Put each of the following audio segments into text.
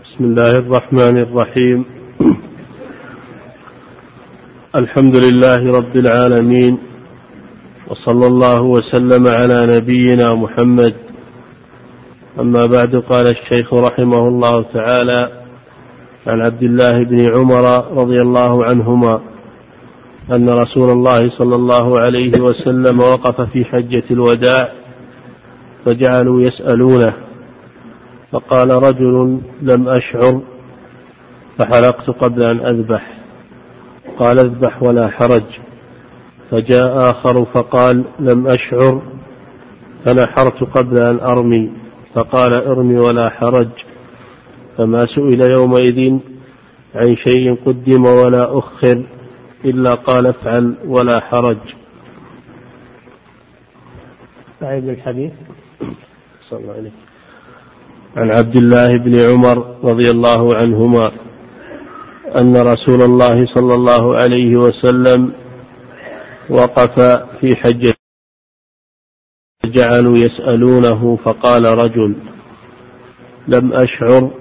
بسم الله الرحمن الرحيم. الحمد لله رب العالمين، وصلى الله وسلم على نبينا محمد. أما بعد، قال الشيخ رحمه الله تعالى: عن عبد الله بن عمر رضي الله عنهما أن رسول الله صلى الله عليه وسلم وقف في حجة الوداع فجعلوا يسألونه، فقال رجل: لم أشعر فحلقت قبل أن أذبح. قال: اذبح ولا حرج. فجاء آخر فقال: لم أشعر فنحرت قبل أن أرمي. فقال: ارمي ولا حرج. فما سئل يومئذ عن شيء قدم ولا أخر إلا قال: افعل ولا حرج. أعيد الحديث. صلى الله عليه. عن عبد الله بن عمر رضي الله عنهما أن رسول الله صلى الله عليه وسلم وقف في حجة جعلوا يسألونه، فقال رجل: لم أشعر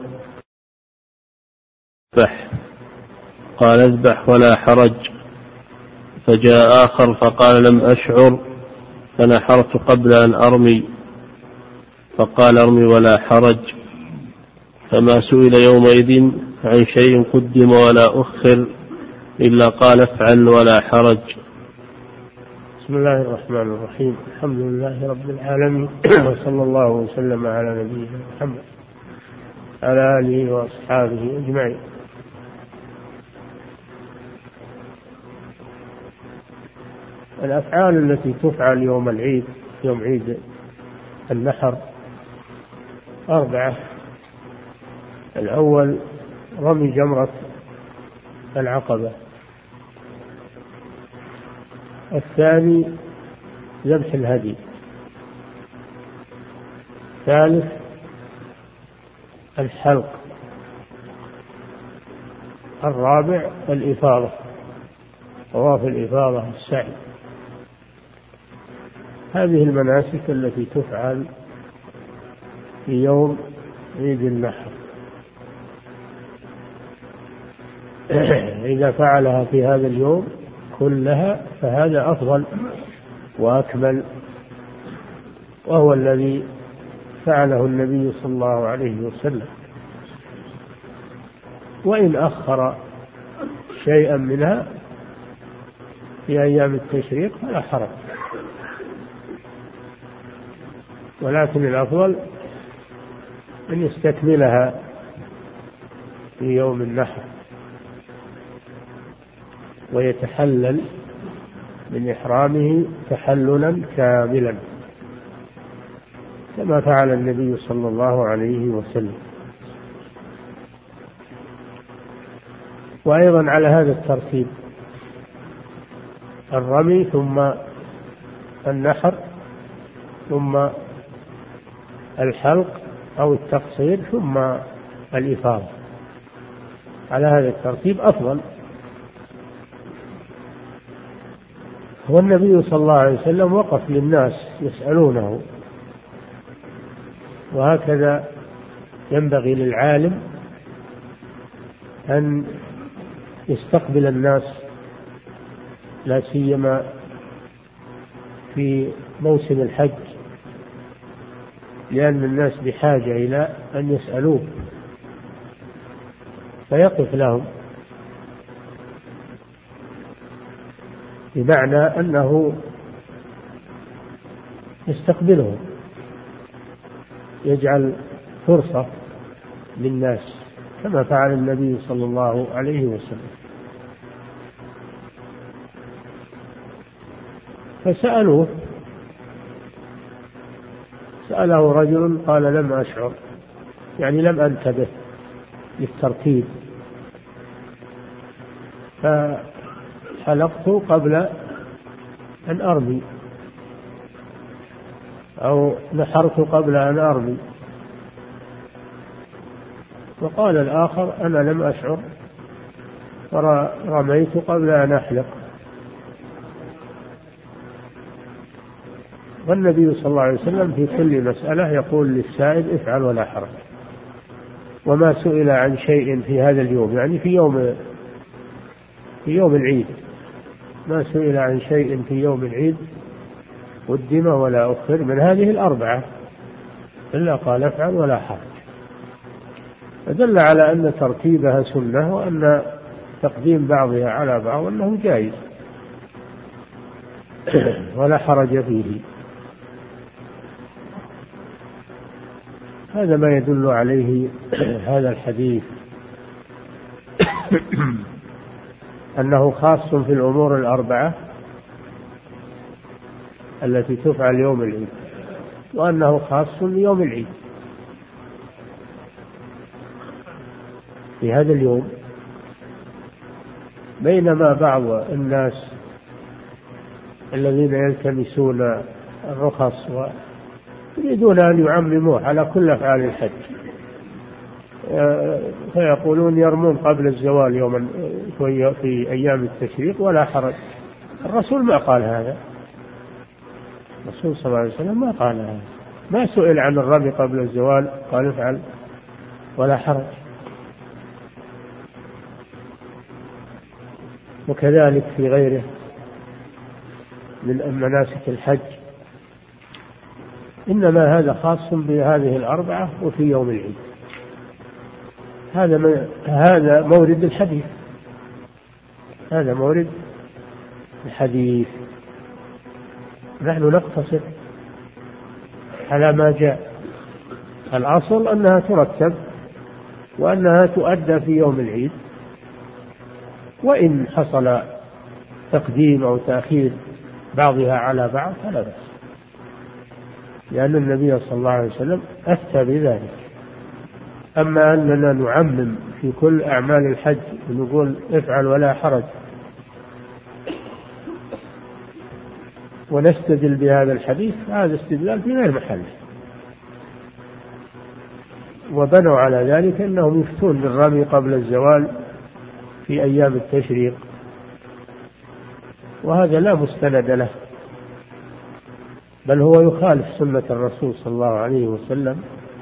فاذبح. قال: اذبح ولا حرج. فجاء آخر فقال: لم أشعر فنحرت قبل أن أرمي. فقال: ارمي ولا حرج. فما سئل يومئذ عن شيء قدم ولا أخر إلا قال: افعل ولا حرج. بسم الله الرحمن الرحيم. الحمد لله رب العالمين، وصلى الله وسلم على نبينا محمد على آله وأصحابه أجمعين. الأفعال التي تفعل يوم العيد، يوم عيد النحر، 4. الأول رمي جمرة العقبة. الثاني ذبح الهدي. الثالث الحلق. الرابع الإفاضة، طواف الإفاضة، السعي. هذه المناسك التي تفعل في يوم عيد النحر. إذا فعلها في هذا اليوم كلها فهذا أفضل وأكمل، وهو الذي فعله النبي صلى الله عليه وسلم. وإن أخر شيئا منها في أيام التشريق فلا حرج، ولكن الأفضل أن يستكملها في يوم النحر ويتحلل من إحرامه تحللا كاملا كما فعل النبي صلى الله عليه وسلم. وأيضا على هذا الترتيب: الرمي ثم النحر ثم الحلق أو التقصير ثم الإفاضة. على هذا الترتيب أفضل. والنبي صلى الله عليه وسلم وقف للناس يسألونه، وهكذا ينبغي للعالم أن يستقبل الناس، لا سيما في موسم الحج، لأن الناس بحاجة إلى أن يسألوه، فيقف لهم، بمعنى أنه يستقبلهم، يجعل فرصة للناس كما فعل النبي صلى الله عليه وسلم. فسألوه، سأله رجل قال: لم أشعر، يعني لم أنتبه للترتيب، فحلقت قبل أن أرمي، أو نحرت قبل أن أرمي. وقال الآخر: أنا لم أشعر فرميت قبل أن أحلق. والنبي صلى الله عليه وسلم في كل مسألة يقول للسائل: افعل ولا حرج. وما سئل عن شيء في هذا اليوم، يعني في يوم العيد، ما سئل عن شيء في يوم العيد قدم ولا أخر من هذه الأربعة إلا قال افعل ولا حرج. فدل على أن ترتيبها سنة، وأن تقديم بعضها على بعض أنه جائز ولا حرج فيه. هذا ما يدل عليه هذا الحديث، أنه خاص في الأمور الأربعة التي تفعل يوم العيد، وأنه خاص بيوم العيد في هذا اليوم، بينما بعض الناس الذين يلتمسون الرخص ويريدون أن يعمموه على كل أفعال الحج، فيقولون يرمون قبل الزوال يوما في أيام التشريق ولا حرج. الرسول ما قال هذا، الرسول صلى الله عليه وسلم ما قال هذا، ما سئل عن الرمي قبل الزوال قال افعل ولا حرج. وكذلك في غيره من مناسك الحج، إنما هذا خاص بهذه الأربعة وفي يوم العيد. هذا مورد الحديث، هذا مورد الحديث. نحن نقتصر على ما جاء. الأصل أنها ترتب وأنها تؤدى في يوم العيد، وإن حصل تقديم أو تأخير بعضها على بعض فلا بأس، لأن النبي صلى الله عليه وسلم أفتى بذلك. أما أننا نعمم في كل أعمال الحج ونقول افعل ولا حرج ونستدل بهذا الحديث، هذا استدلال في غير محله. وبنوا على ذلك أنهم يفتون بالرمي قبل الزوال في أيام التشريق، وهذا لا مستند له، بل هو يخالف سنة الرسول صلى الله عليه وسلم،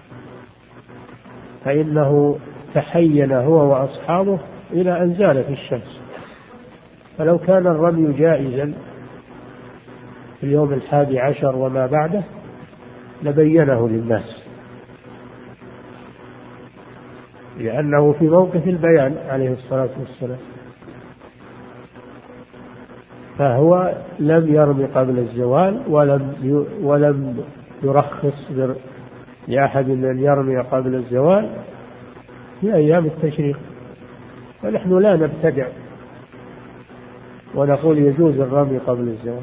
فإنه تحين هو وأصحابه إلى أن زالت الشمس. فلو كان الرمي جائزا في اليوم 11 وما بعده لبينه للناس، لأنه في موقف البيان عليه الصلاة والسلام. فهو لم يرمي قبل الزوال ولم يرخص لأحد أن يرمي قبل الزوال في أيام التشريق. فنحن لا نبتدع ونقول يجوز الرمي قبل الزوال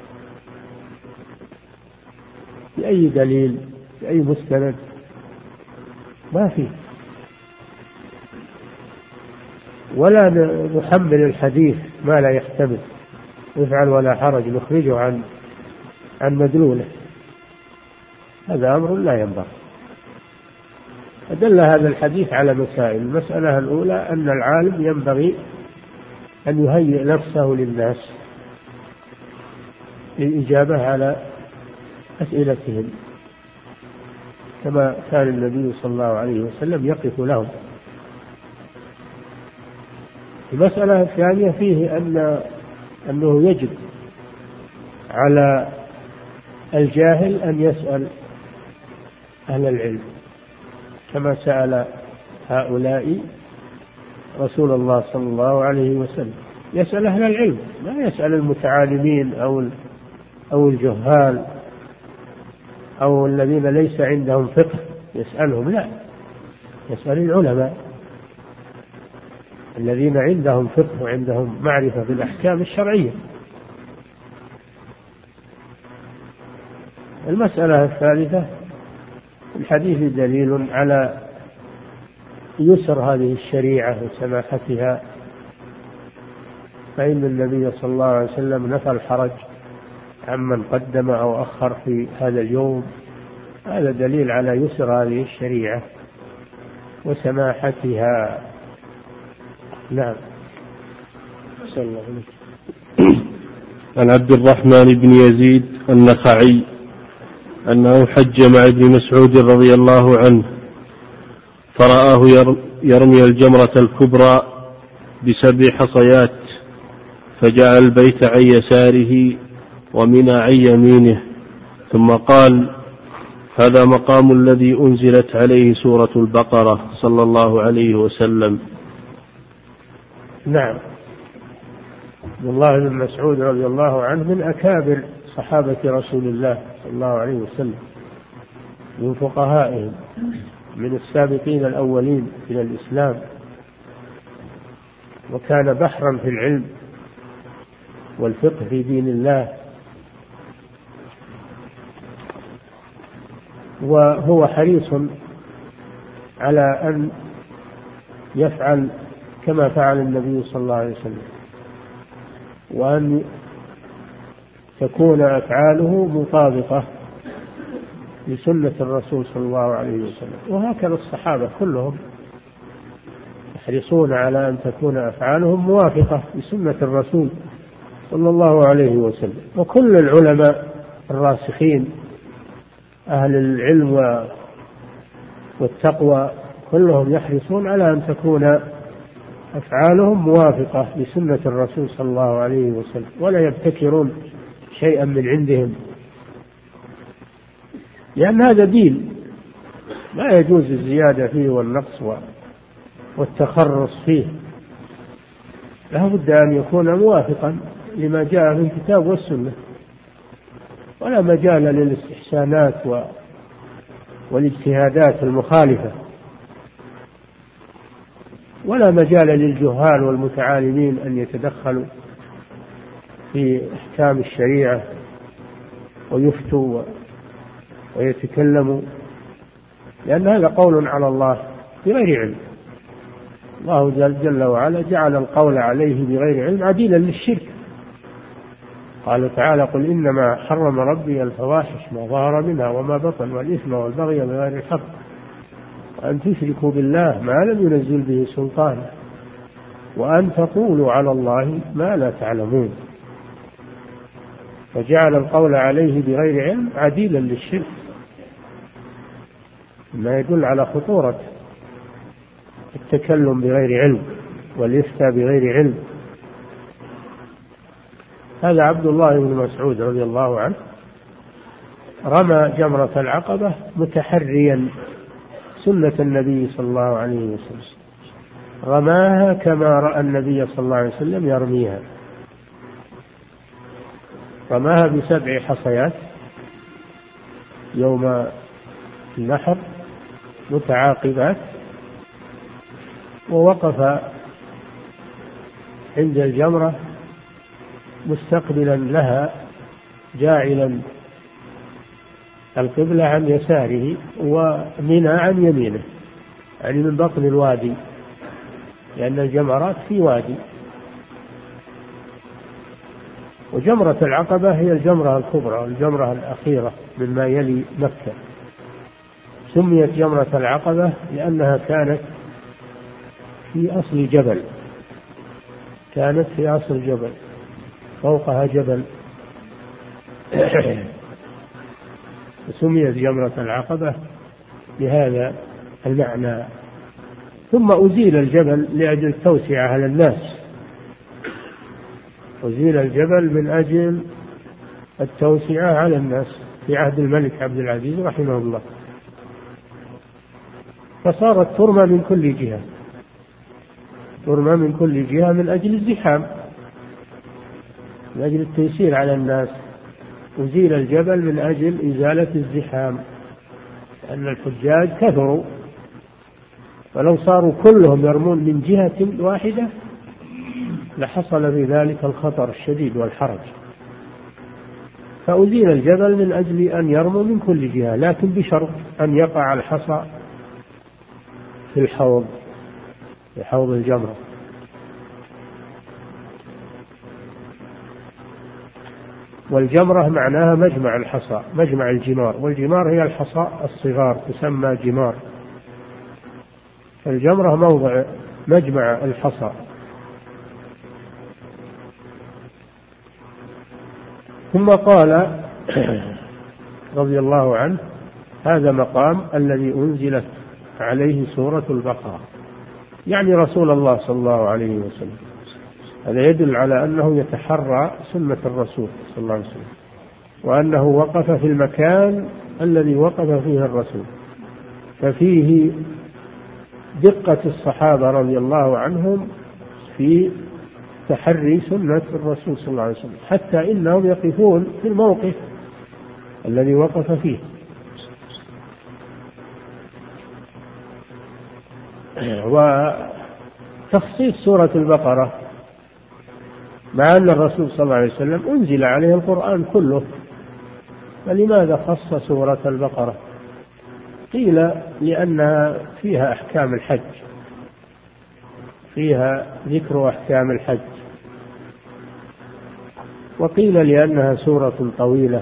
بأي دليل بأي مستند، ما فيه. ولا نحمل الحديث ما لا يحتمل، افعل ولا حرج نخرجه عن مدلوله، هذا أمر لا ينبغي. أدل هذا الحديث على مسائل. المسألة الأولى أن العالم ينبغي أن يهيئ نفسه للناس للإجابة على أسئلتهم، كما كان النبي صلى الله عليه وسلم يقف لهم. المسألة الثانية فيه أنه يجب على الجاهل أن يسأل أهل العلم، كما سأل هؤلاء رسول الله صلى الله عليه وسلم. يسأل أهل العلم، لا يسأل المتعالمين أو الجهال أو الذين ليس عندهم فقه يسألهم، لا، يسأل العلماء الذين عندهم فقه وعندهم معرفة بالأحكام الشرعية. المسألة الثالثة، الحديث دليل على يسر هذه الشريعة وسماحتها، فإن النبي صلى الله عليه وسلم نفى الحرج عمن قدم أو أخر في هذا اليوم. هذا دليل على يسر هذه الشريعة وسماحتها. نعم. صلى الله عليه وسلم. عن عبد الرحمن بن يزيد النخعي أنه حج مع ابن مسعود رضي الله عنه، فرآه يرمي الجمرة الكبرى ب7 حصيات، فجعل البيت عن يساره ومنى عن يمينه، ثم قال: هذا مقام الذي أنزلت عليه سورة البقرة صلى الله عليه وسلم. نعم. عبد الله بن مسعود رضي الله عنه من أكابر صحابة رسول الله صلى الله عليه وسلم، من فقهائهم، من السابقين الأولين إلى الإسلام، وكان بحرا في العلم والفقه في دين الله، وهو حريص على أن يفعل كما فعل النبي صلى الله عليه وسلم، وأن تكون أفعاله مطابقة لسنة الرسول صلى الله عليه وسلم. وهكذا الصحابة كلهم يحرصون على أن تكون أفعالهم موافقة لسنة الرسول صلى الله عليه وسلم. وكل العلماء الراسخين أهل العلم والتقوى كلهم يحرصون على أن تكون أفعالهم موافقة لسنة الرسول صلى الله عليه وسلم، ولا يبتكرون شيئا من عندهم، لأن هذا دين لا يجوز الزيادة فيه والنقص والتخرص فيه، لا بد أن يكون موافقا لما جاء في الكتاب والسنة، ولا مجال للاستحسانات والاجتهادات المخالفة، ولا مجال للجهال والمتعالمين أن يتدخلوا في أحكام الشريعة ويفتوا ويتكلموا، لأن هذا قول على الله بغير علم. الله جل وعلا جعل القول عليه بغير علم عديلا للشرك. قال تعالى: قل إنما حرم ربي الفواحش ما ظهر منها وما بطن والإثم والبغي بغير الحق وأن تشركوا بالله ما لم ينزل به سلطانا وأن تقولوا على الله ما لا تعلمون. فجعل القول عليه بغير علم عديلا للشرك، ما يدل على خطورة التكلم بغير علم والإفتاء بغير علم. هذا عبد الله بن مسعود رضي الله عنه رمى جمرة العقبة متحريا سنة النبي صلى الله عليه وسلم، رماها كما رأى النبي صلى الله عليه وسلم يرميها، رماها ب7 حصيات يوم النحر متعاقبات، ووقف عند الجمرة مستقبلا لها جاعلا القبلة عن يساره ومنى عن يمينه، يعني من بطن الوادي، لأن الجمرات في وادي. وجمرة العقبة هي الجمرة الكبرى والجمرة الأخيرة مما يلي مكة. سميت جمرة العقبة لأنها كانت في أصل جبل، كانت في أصل جبل، فوقها جبل سميت جمرة العقبة بهذا المعنى. ثم أزيل الجبل لأجل التوسعة على الناس، أزيل الجبل من أجل التوسعة على الناس في عهد الملك عبد العزيز رحمه الله، فصارت ترمى من كل جهة، ترمى من كل جهة من أجل الزحام، من أجل التيسير على الناس. أزيل الجبل من أجل إزالة الزحام، لأن الحجاج كثروا، ولو صاروا كلهم يرمون من جهة واحدة لحصل في ذلك الخطر الشديد والحرج. فأزيل الجبل من أجل أن يرموا من كل جهة، لكن بشرط أن يقع الحصى في الحوض، في حوض الجمرة. والجمرة معناها مجمع الحصى، مجمع الجمار، والجمار هي الحصى الصغار تسمى جمار. الجمرة موضع مجمع الحصى. ثم قال رضي الله عنه: هذا مقام الذي أنزلت عليه سورة البقرة، يعني رسول الله صلى الله عليه وسلم. هذا يدل على أنه يتحرى سنة الرسول صلى الله عليه وسلم، وأنه وقف في المكان الذي وقف فيه الرسول، ففيه دقة الصحابة رضي الله عنهم في تحري سنة الرسول صلى الله عليه وسلم، حتى إنهم يقفون في الموقف الذي وقف فيه. وتخصيص سورة البقرة مع أن الرسول صلى الله عليه وسلم أنزل عليه القرآن كله، فلماذا خص سورة البقرة؟ قيل لأنها فيها أحكام الحج، فيها ذكر أحكام الحج، وقيل لأنها سورة طويلة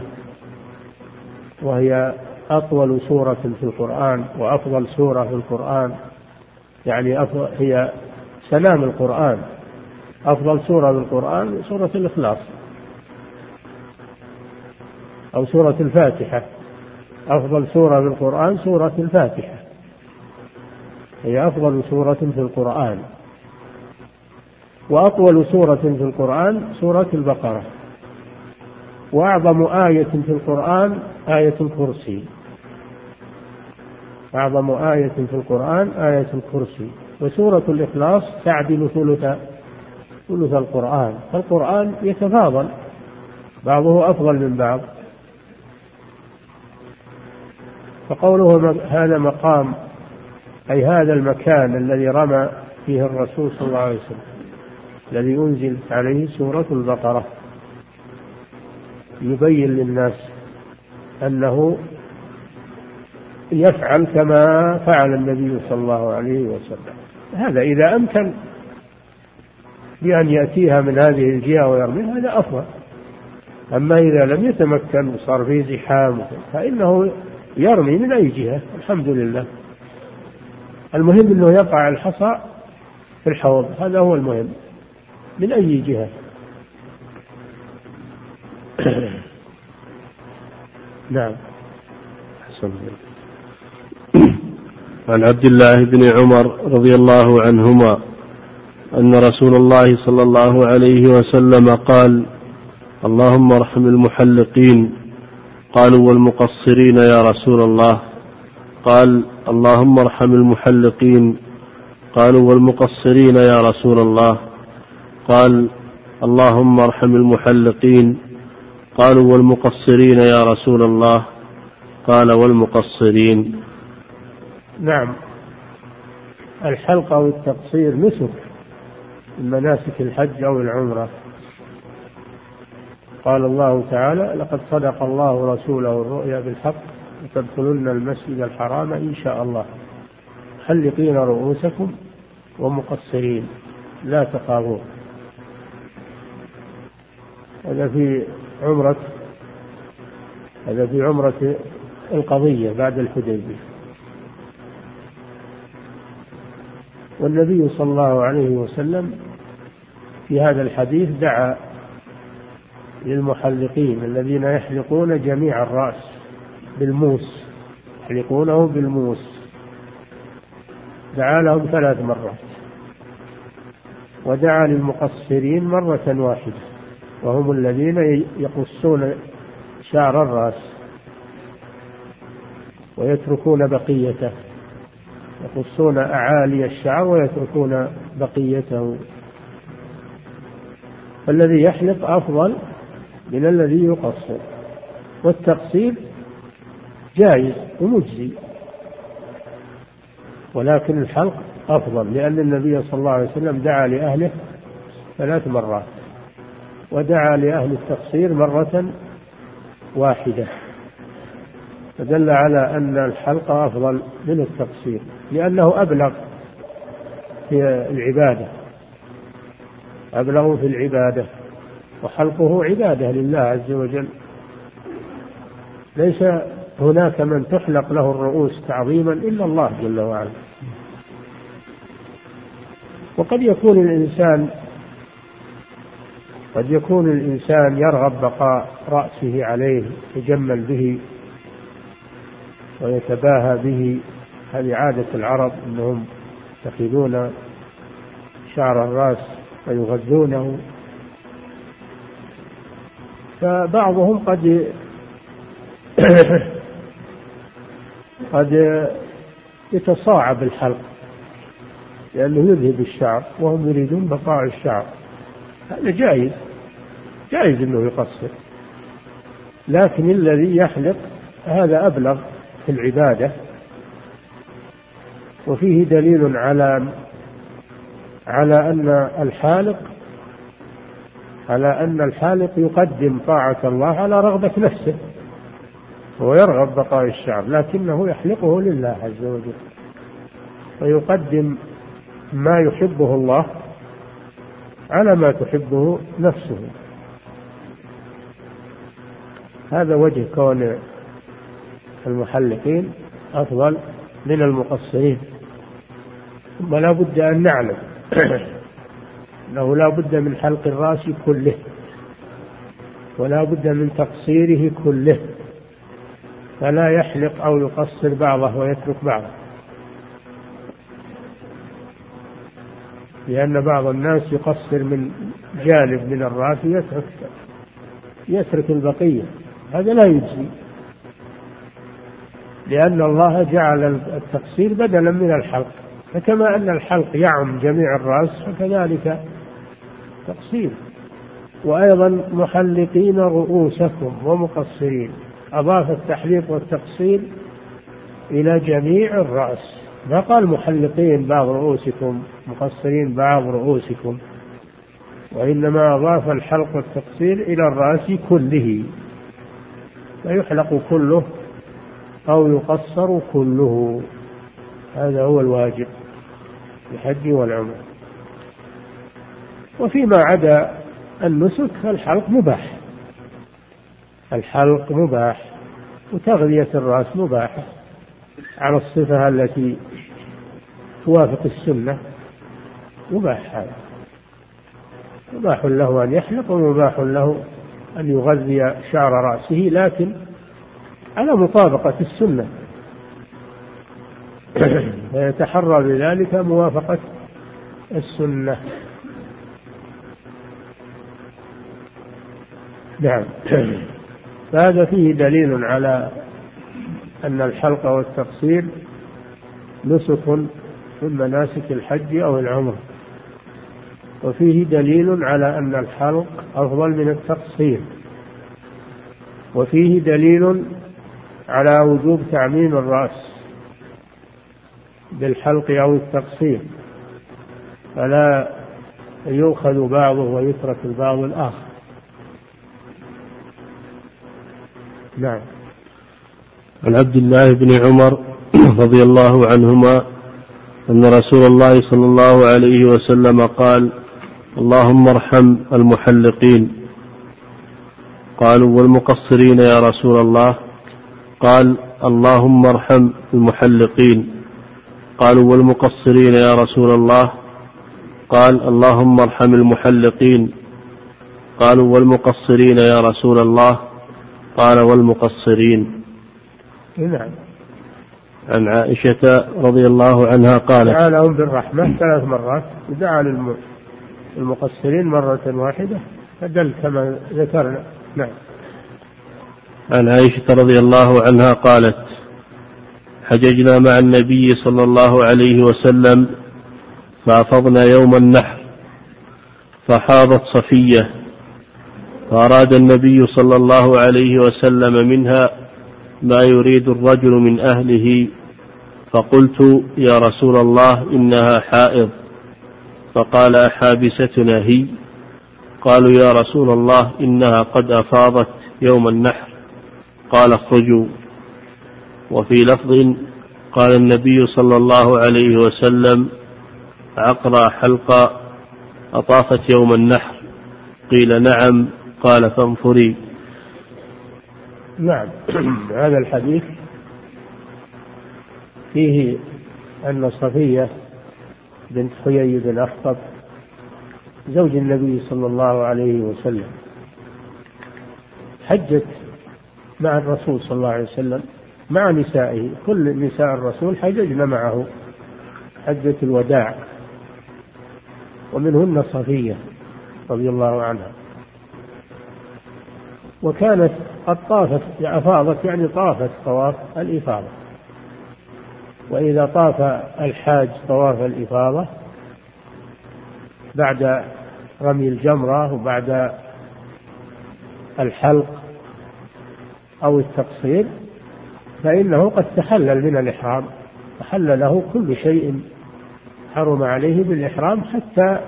وهي أطول سورة في القرآن وأفضل سورة في القرآن، يعني هي سلام القرآن. أفضل سورة في القرآن سورة الإخلاص أو سورة الفاتحة. أفضل سورة في القرآن سورة الفاتحة، هي أفضل سورة في القرآن. وأطول سورة في القرآن سورة البقرة. وأعظم آية في القرآن آية الكرسي، أعظم آية في القرآن آية الكرسي. وسورة الإخلاص تعدل ثلث القرآن، فالقرآن يتفاضل، بعضه أفضل من بعض. فقوله هذا مقام، أي هذا المكان الذي رمى فيه الرسول صلى الله عليه وسلم، الذي أنزل عليه سورة البقرة، يبين للناس أنه يفعل كما فعل النبي صلى الله عليه وسلم. هذا إذا أمكن بأن يأتيها من هذه الجهة ويرميها هذا أفضل. أما إذا لم يتمكن وصار فيه زحام فإنه يرمي من أي جهة، الحمد لله. المهم أنه يقع الحصى في الحوض، هذا هو المهم، من أي جهة. نعم. عن عبد الله بن عمر رضي الله عنهما أن رسول الله صلى الله عليه وسلم قال: اللهم ارحم المحلقين. قالوا: والمقصرين يا رسول الله؟ قال: اللهم ارحم المحلقين. قالوا: والمقصرين يا رسول الله؟ قال: اللهم ارحم المحلقين. قالوا: والمقصرين يا رسول الله؟ قال: والمقصرين. نعم. الحلق أو التقصير نسك من مناسك الحج أو العمرة. قال الله تعالى: لقد صدق الله رسوله الرؤيا بالحق لتدخلن المسجد الحرام إن شاء الله محلقين رؤوسكم ومقصرين لا تخافون. هذا في عمرة القضية بعد الحديبية. والنبي صلى الله عليه وسلم في هذا الحديث دعا للمحلقين الذين يحلقون جميع الرأس بالموس، يحلقونه بالموس، دعا لهم 3 مرات. ودعا للمقصرين مرة واحدة، وهم الذين يقصون شعر الرأس ويتركون بقيته، يقصون أعالي الشعر ويتركون بقيته. فالذي يحلق أفضل من الذي يقصر، والتقصير جائز ومجزي، ولكن الحلق أفضل، لأن النبي صلى الله عليه وسلم دعا لأهله 3 مرات، ودعا لأهل التقصير مرة واحدة، فدل على أن الحلق أفضل من التقصير، لأنه أبلغ في العبادة، أبلغ في العبادة، وحلقه عبادة لله عز وجل. ليس هناك من تحلق له الرؤوس تعظيما إلا الله جل وعلا. وقد يكون الإنسان يرغب بقاء رأسه عليه، يتجمل به ويتباهى به هذه عادة العرب أنهم يتخذون شعر الرأس ويغذونه. فبعضهم قد يتصاعب الحلق لأنه يذهب الشعر وهم يريدون بقاء الشعر. هذا جائز أنه يقصر، لكن الذي يحلق هذا أبلغ في العبادة. وفيه دليل على أن الحالق يقدم طاعة الله على رغبة نفسه، هو يرغب بقاء الشعر لكنه يحلقه لله عز وجل، ويقدم ما يحبه الله على ما تحبه نفسه. هذا وجه كون المحلقين أفضل من المقصرين. ثم لا بد أن نعلم أنه لا بد من حلق الرأس كله، ولا بد من تقصيره كله، فلا يحلق أو يقصر بعضه ويترك بعضه، لأن بعض الناس يقصر من جانب من الرأس يترك البقية، هذا لا يجزي، لأن الله جعل التقصير بدلا من الحلق. فكما أن الحلق يعم جميع الرأس فكذلك تقصير. وأيضا محلقين رؤوسكم ومقصرين، أضاف التحليق والتقصير إلى جميع الرأس، ما قال محلقين بعض رؤوسكم مقصرين بعض رؤوسكم، وإنما أضاف الحلق والتقصير إلى الرأس كله، فيحلق كله أو يقصر كله، هذا هو الواجب في الحج والعمرة. وفيما عدا النسك فالحلق مباح، الحلق مباح، وتغذية الرأس مباحة على الصفة التي توافق السنة، مباح، هذا مباح له أن يحلق ومباح له أن يغذي شعر رأسه، لكن على مطابقة السنة، فيتحرى بذلك موافقة السنة. نعم. فهذا فيه دليل على أن الحلق والتقصير نسك من مناسك الحج أو العمرة، وفيه دليل على أن الحلق أفضل من التقصير، وفيه دليل على وجوب تعميم الرأس بالحلق أو التقصير، فلا يؤخذ بعضه ويترك البعض الآخر. نعم. عن عبد الله بن عمر رضي الله عنهما أن رسول الله صلى الله عليه وسلم قال: اللهم ارحم المحلقين. قالوا: والمقصرين يا رسول الله؟ قال: اللهم ارحم المحلقين. قالوا: والمقصرين يا رسول الله؟ قال: اللهم ارحم المحلقين. قالوا: والمقصرين يا رسول الله؟ قال: والمقصرين. نعم. عن عائشة رضي الله عنها قالت: دعا لهم بالرحمة 3 مرات، ودعا للمقصرين مرة واحدة، فدل كما ذكرنا. نعم. عن عائشة رضي الله عنها قالت: حججنا مع النبي صلى الله عليه وسلم فأفضنا يوم النحر، فحاضت صفية، فأراد النبي صلى الله عليه وسلم منها ما يريد الرجل من أهله، فقلت: يا رسول الله إنها حائض. فقال: أحابستنا هي؟ قالوا: يا رسول الله إنها قد أفاضت يوم النحر. قال: اخرجوا. وفي لفظ: قال النبي صلى الله عليه وسلم: عقرى حلقة أطافت يوم النحر. قيل: نعم. قال: فانفري. نعم. هذا الحديث فيه أن صفية بنت حيي بن أخطب زوج النبي صلى الله عليه وسلم حجت مع الرسول صلى الله عليه وسلم مع نسائه، كل نساء الرسول حججن معه حجة الوداع، ومنهن صفية رضي الله عنها. وكانت قد طافت أفاضت، يعني طافت طواف الإفاضة. وإذا طاف الحاج طواف الإفاضة بعد رمي الجمرة وبعد الحلق أو التقصير فإنه قد تحلل من الإحرام، تحل له كل شيء حرم عليه بالإحرام حتى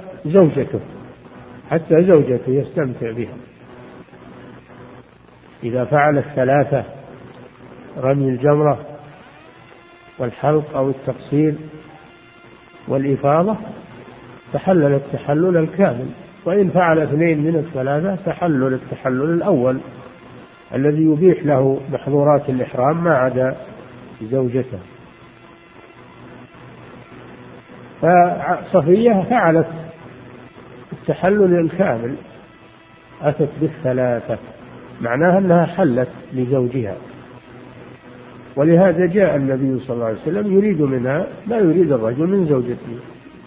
زوجته يستمتع بها. إذا فعل الثلاثة، رمي الجمرة والحلق أو التقصير والإفاضة، تحلل التحلل الكامل. وإن فعل اثنين من الثلاثة تحلل التحلل الأول الذي يبيح له محظورات الإحرام ما عدا زوجته. فصفية فعلت التحلل الكامل، أتت بالثلاثة، معناها أنها حلت لزوجها. ولهذا جاء النبي صلى الله عليه وسلم يريد منها ما يريد الرجل من زوجته.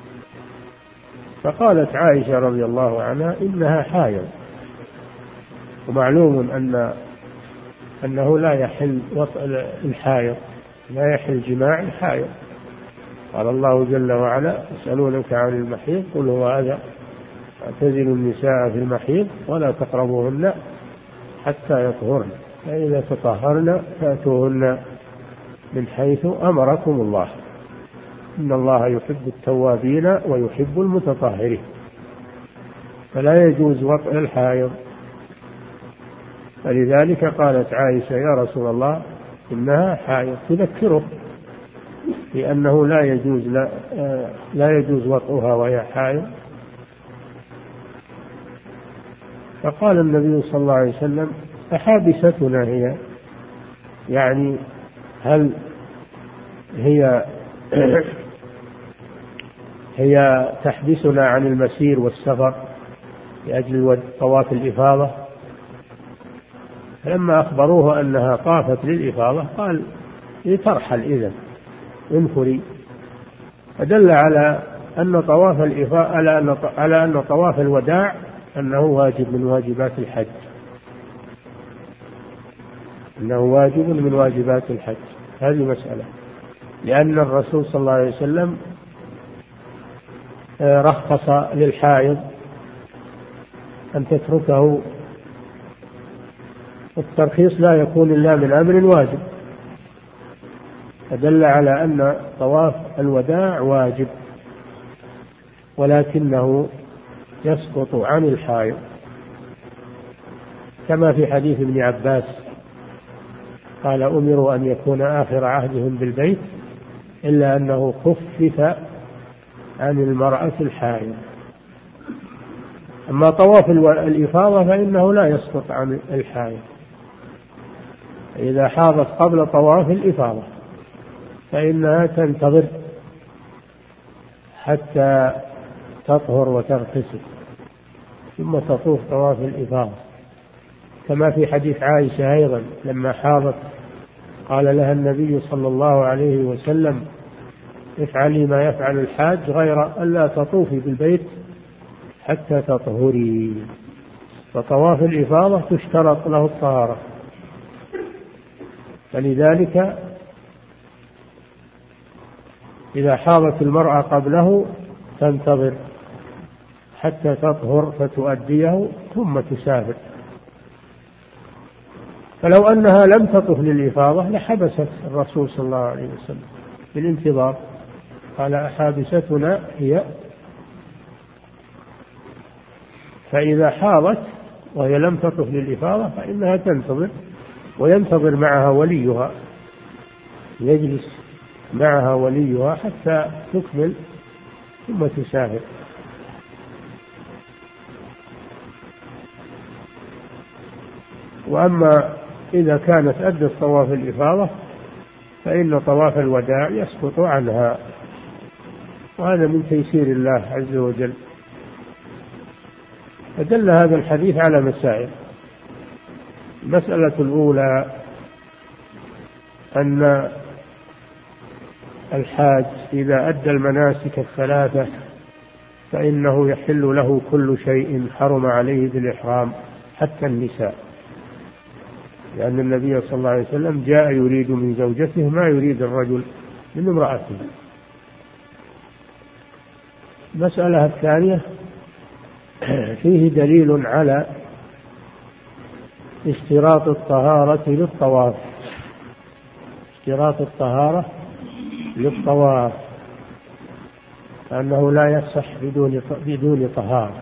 فقالت عائشة رضي الله عنها إنها حائض، ومعلوم أنه لا يحل وطء الحائض، لا يحل جماع الحائض. قال الله جل وعلا يسألونك عن المحيض قل هو أذى فاعتزلوا النساء في المحيض ولا تقربوهن حتى يطهرن فإذا تطهرن فأتوهن من حيث أمركم الله إن الله يحب التوابين ويحب المتطهرين. فلا يجوز وطء الحائض. فلذلك قالت عائشة يا رسول الله إنها حائض، تذكره لأنه لا يجوز وطئها وهي حائض. فقال النبي صلى الله عليه وسلم أحابستنا هي، يعني هل هي تحبسنا عن المسير والسفر لأجل طواف الإفاضة؟ فلما أخبروه أنها طافت للإفاضة قال لترحل إذن انفري. فدل على أن طواف الإفاضة على أن طواف الوداع أنه واجب من واجبات الحج، أنه واجب من واجبات الحج. هذه مسألة، لأن الرسول صلى الله عليه وسلم رخص للحائض أن تتركه. الترخيص لا يكون إلا من أمر واجب، فدل على أن طواف الوداع واجب ولكنه يسقط عن الحائض، كما في حديث ابن عباس قال أمروا أن يكون آخر عهدهم بالبيت إلا أنه خفف عن المرأة الحائض. أما طواف الإفاضة فإنه لا يسقط عن الحائض. إذا حاضت قبل طواف الإفاضة فإنها تنتظر حتى تطهر وتغتسل ثم تطوف طواف الإفاضة، كما في حديث عائشة أيضا لما حاضت قال لها النبي صلى الله عليه وسلم افعلي ما يفعل الحاج غير ألا تطوفي بالبيت حتى تطهري. فطواف الإفاضة تشترط له الطهارة، فلذلك إذا حاضت المرأة قبله تنتظر حتى تطهر فتؤديه ثم تسافر. فلو أنها لم تطف للإفاضة لحبست الرسول صلى الله عليه وسلم بالانتظار. قال أحابستنا هي. فإذا حاضت وهي لم تطف للإفاضة فإنها تنتظر، وينتظر معها وليها، يجلس معها وليها حتى تكمل ثم تسافر. وأما إذا كانت أدت طواف الإفاضة فإن طواف الوداع يسقط عنها، وهذا من تيسير الله عز وجل. فدل هذا الحديث على مسائل. المسألة الأولى أن الحاج إذا أدى المناسك الثلاثة فإنه يحل له كل شيء حرم عليه بالإحرام حتى النساء، لأن النبي صلى الله عليه وسلم جاء يريد من زوجته ما يريد الرجل من امرأته. المسألة الثانية فيه دليل على اشتراط الطهارة للطواف، اشتراط الطهارة للطواف، أنه لا يصح بدون طهارة،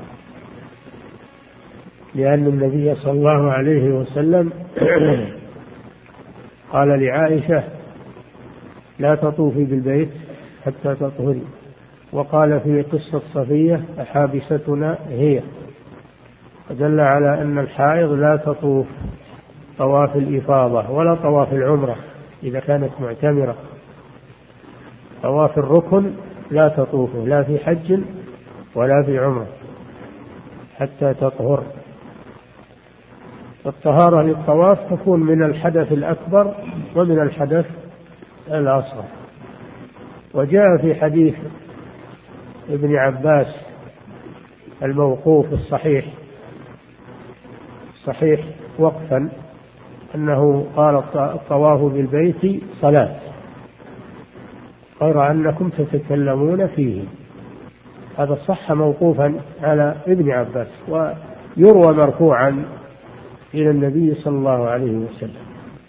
لأن النبي صلى الله عليه وسلم قال لعائشة لا تطوفي بالبيت حتى تطهري، وقال في قصة صفية أحابستنا هي، فدل على أن الحائض لا تطوف طواف الإفاضة ولا طواف العمرة إذا كانت معتمرة، طواف الركن لا تطوفه لا في حج ولا في عمرة حتى تطهر. الطهارة للطواف تكون من الحدث الأكبر ومن الحدث الأصغر. وجاء في حديث ابن عباس الموقوف الصحيح وقفا أنه قال الطواف بالبيت صلاة، غير أنكم تتكلمون فيه. هذا صح موقوفا على ابن عباس، ويروى مرفوعا إلى النبي صلى الله عليه وسلم.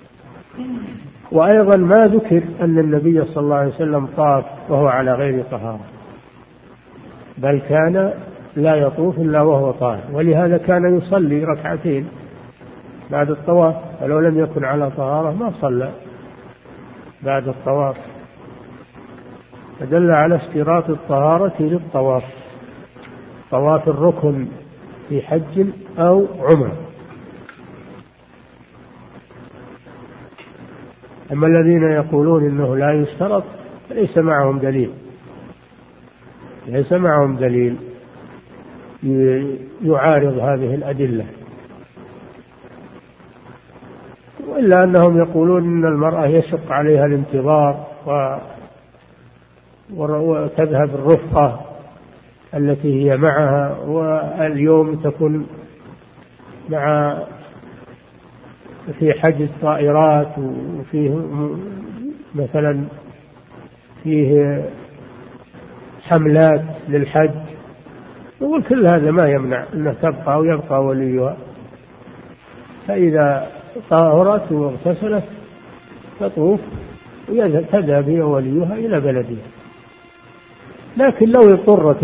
وأيضا ما ذكر أن النبي صلى الله عليه وسلم طاف وهو على غير طهارة، بل كان لا يطوف إلا وهو طاهر، ولهذا كان يصلي ركعتين بعد الطواف، فلو لم يكن على طهارة ما صلى بعد الطواف، فدل على اشتراط الطهارة للطواف، طواف الركن في حج أو عمرة. أما الذين يقولون إنه لا يشترط فليس معهم دليل يعارض هذه الأدلة، وإلا أنهم يقولون إن المرأة يشق عليها الانتظار وتذهب الرفقة التي هي معها، واليوم تكون مع في حجز طائرات، وفيه مثلا فيه حملات للحج، يقول كل هذا ما يمنع أنها تبقى ويبقى وليها، فإذا طهرت واغتسلت تطوف وتذهب هي وليها إلى بلدها. لكن لو اضطرت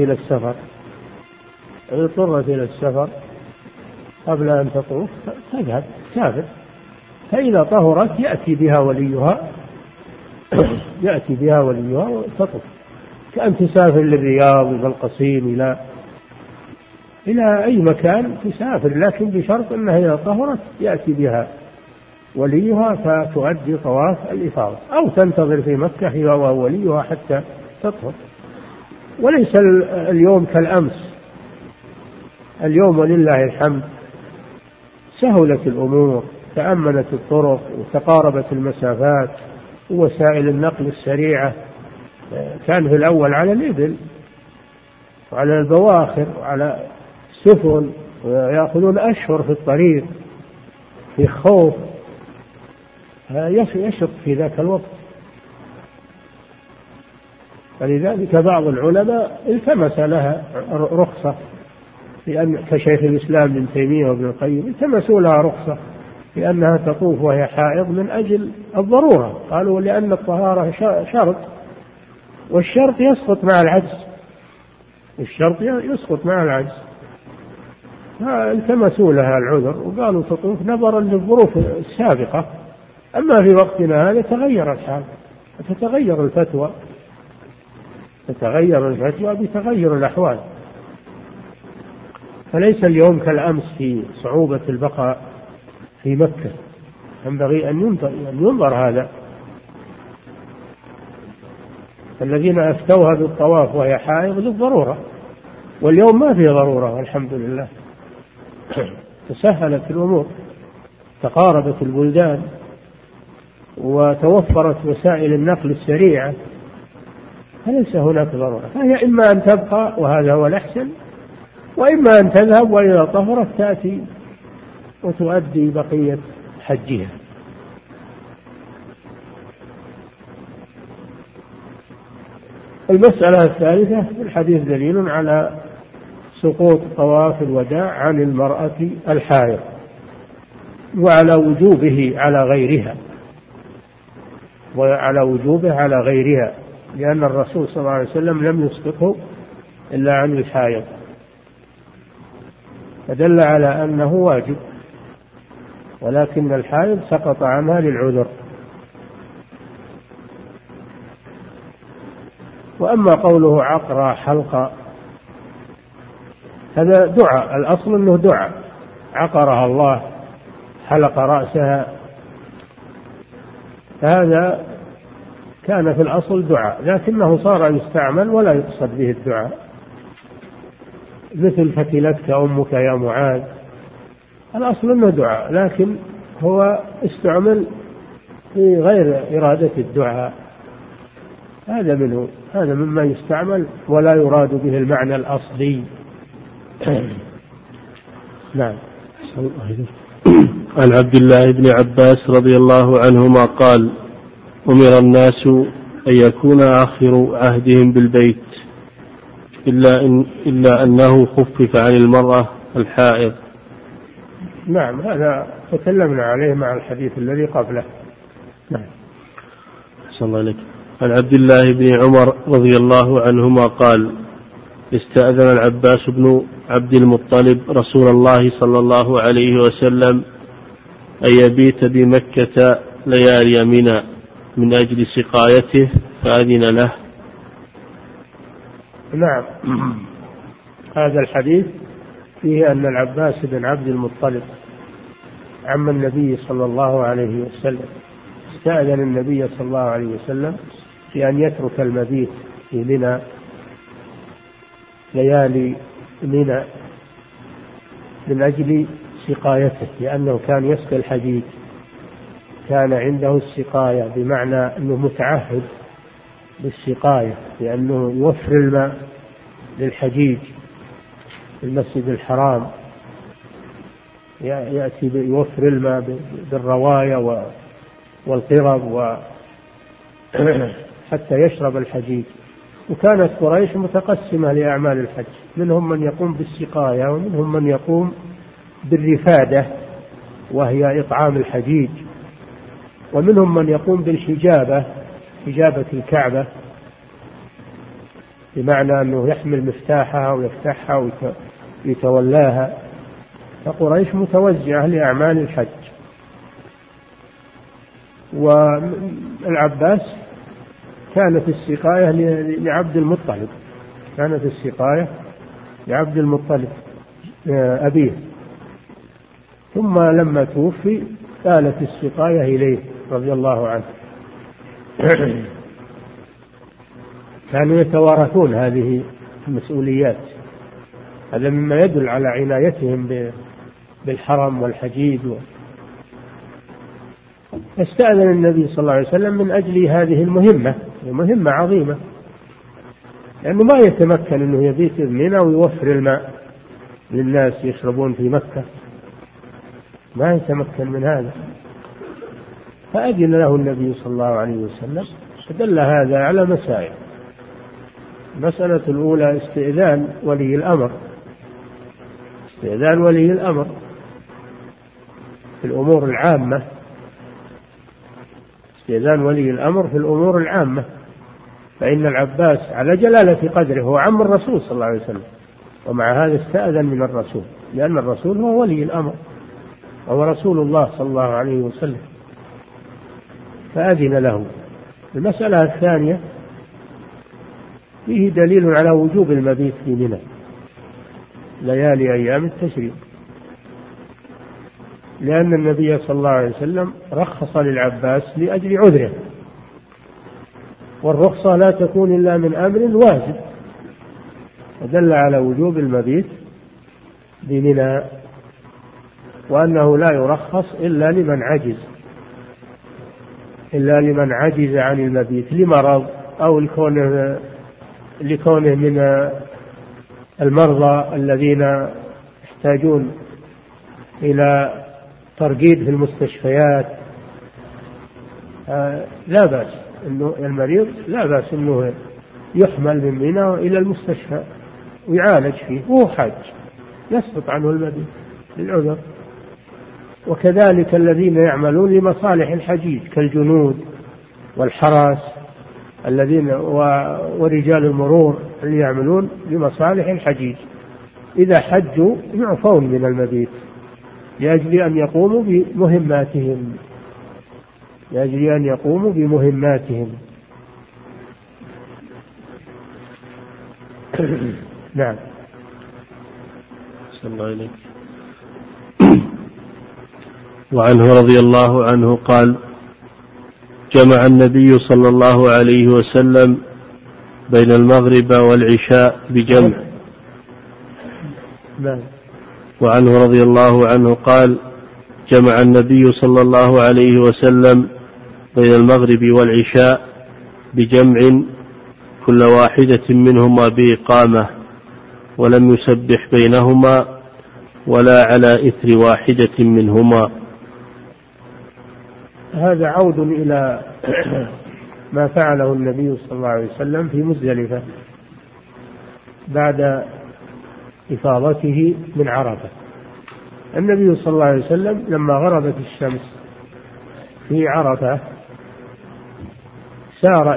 إلى السفر قبل أن تطوف تذهب تسافر، فإذا طهرت يأتي بها وليها وتطوف، كأن تسافر للرياض والقصيم إلى أي مكان تسافر، لكن بشرط أنها إذا طهرت يأتي بها وليها فتؤدي طواف الإفاضة، أو تنتظر في مكة هي ووليها حتى تطهر. وليس اليوم كالأمس، اليوم ولله الحمد سهلت الأمور، تأمنت الطرق وتقاربت المسافات ووسائل النقل السريعة. كان في الأول على الإبل وعلى البواخر وعلى السفن، ويأخذون أشهر في الطريق في خوف يشق في ذاك الوقت. فلذلك بعض العلماء التمس لها رخصة، لأن كشيخ الإسلام ابن تيمية وابن القيم التمسوا لها رخصة لأنها تطوف وهي حائض من أجل الضرورة، قالوا لأن الطهارة شرط، والشرط يسقط مع العجز، فالتمسوا لها العذر وقالوا تطوف نظرا للظروف السابقة. أما في وقتنا هذا تغير الحال، تتغير الفتوى بتغير الأحوال، فليس اليوم كالأمس في صعوبة البقاء في مكة، ينبغي أن ينظر هذا. الذين أفتوها بالطواف وهي حائض للضرورة، واليوم ما في ضرورة والحمد لله، تسهلت الأمور، تقاربت البلدان، وتوفرت وسائل النقل السريعة فليس هناك ضرورة، فهي إما أن تبقى وهذا هو الأحسن، وإما أن تذهب وإذا طهرت تأتي وتؤدي بقية حجها. المسألة الثالثة في الحديث دليل على سقوط طواف الوداع عن المرأة الحائض وعلى وجوبه على غيرها لأن الرسول صلى الله عليه وسلم لم يسقطه إلا عن الحائض، فدل على أنه واجب، ولكن الحائض سقط عنها للعذر. وأما قوله عقرى حلقة هذا دعاء، الأصل أنه دعاء، عقرها الله حلق رأسها، هذا كان في الأصل دعاء لكنه صار يستعمل ولا يقصد به الدعاء، مثل فتلتك أمك يا معاذ، الأصل أنه دعاء لكن هو استعمل في غير إرادة الدعاء، هذا مما يستعمل ولا يراد به المعنى الأصلي. نعم. عن عبد الله بن عباس رضي الله عنهما قال: أمر الناس أن يكون آخر عهدهم بالبيت إلا أنه خفف عن المرأة الحائض. نعم، هذا تكلمنا عليه مع الحديث الذي قبله. نعم. صلى الله عليه. عن عبد الله بن عمر رضي الله عنهما قال: استأذن العباس بن عبد المطلب رسول الله صلى الله عليه وسلم أن يبيت بمكة ليالي منى من أجل سقايته فأذن له. نعم، هذا الحديث فيه أن العباس بن عبد المطلب عم النبي صلى الله عليه وسلم استأذن النبي صلى الله عليه وسلم في أن يترك المبيت في منى ليالي منى من أجل سقايته، لأنه كان يسقي الحجيج، كان عنده السقاية بمعنى أنه متعهد بالسقاية، لأنه يوفر الماء للحجيج في المسجد الحرام، يأتي يوفر الماء بالرواية والقرب حتى يشرب الحجيج. وكانت قريش متقسمة لأعمال الحج، منهم من يقوم بالسقاية ومنهم من يقوم بالرفادة وهي إطعام الحجيج، ومنهم من يقوم بالحجابة، حجابة الكعبة، بمعنى أنه يحمل مفتاحها ويفتحها ويتولاها. فقريش متوزعة لأعمال الحج. والعباس كانت السقاية لعبد المطلب، كانت السقاية لعبد المطلب أبيه، ثم لما توفي آلت السقاية إليه رضي الله عنه. كانوا يتوارثون هذه المسؤوليات، هذا مما يدل على عنايتهم بالحرم والحجيج. استأذن النبي صلى الله عليه وسلم من أجل هذه المهمة، مهمة عظيمة، لأنه ما يتمكن أنه يبيت منى ويوفر الماء للناس يشربون في مكة، ما يتمكن من هذا، فأذن له النبي صلى الله عليه وسلم. فدل هذا على مسائل. المسألة الأولى استئذان ولي الأمر، استئذان ولي الأمر في الأمور العامة، استئذان ولي الأمر في الأمور العامة، فإن العباس على جلالة قدره هو عم الرسول صلى الله عليه وسلم، ومع هذا استأذن من الرسول، لأن الرسول هو ولي الأمر وهو رسول الله صلى الله عليه وسلم، فأذن له. المسألة الثانية فيه دليل على وجوب المبيت في منى ليالي أيام التشريق، لأن النبي صلى الله عليه وسلم رخص للعباس لأجل عذره، والرخصة لا تكون إلا من أمر واجب، ودل على وجوب المبيت بمنى، وأنه لا يرخص إلا لمن عجز، إلا لمن عجز عن المبيت لمرض أو لكونه من المرضى الذين يحتاجون إلى ترقيد في المستشفيات. لا بأس إنه المريض لا بأس إنه يحمل من منى إلى المستشفى ويعالج فيه وهو حاج يسقط عنه المبيت للعذر. وكذلك الذين يعملون لمصالح الحجيج كالجنود والحراس الذين ورجال المرور اللي يعملون لمصالح الحجيج إذا حجوا يعفون من المبيت لأجل أن يقوموا بمهماتهم. نعم. صلى الله عليه. وعنه رضي الله عنه قال: جمع النبي صلى الله عليه وسلم بين المغرب والعشاء بجمع. وعنه رضي الله عنه قال: جمع النبي صلى الله عليه وسلم بين المغرب والعشاء بجمع كل واحدة منهما بإقامة ولم يسبح بينهما ولا على إثر واحدة منهما. هذا عود إلى ما فعله النبي صلى الله عليه وسلم في مزدلفة بعد إفاضته من عرفة. النبي صلى الله عليه وسلم لما غربت الشمس في عرفة سار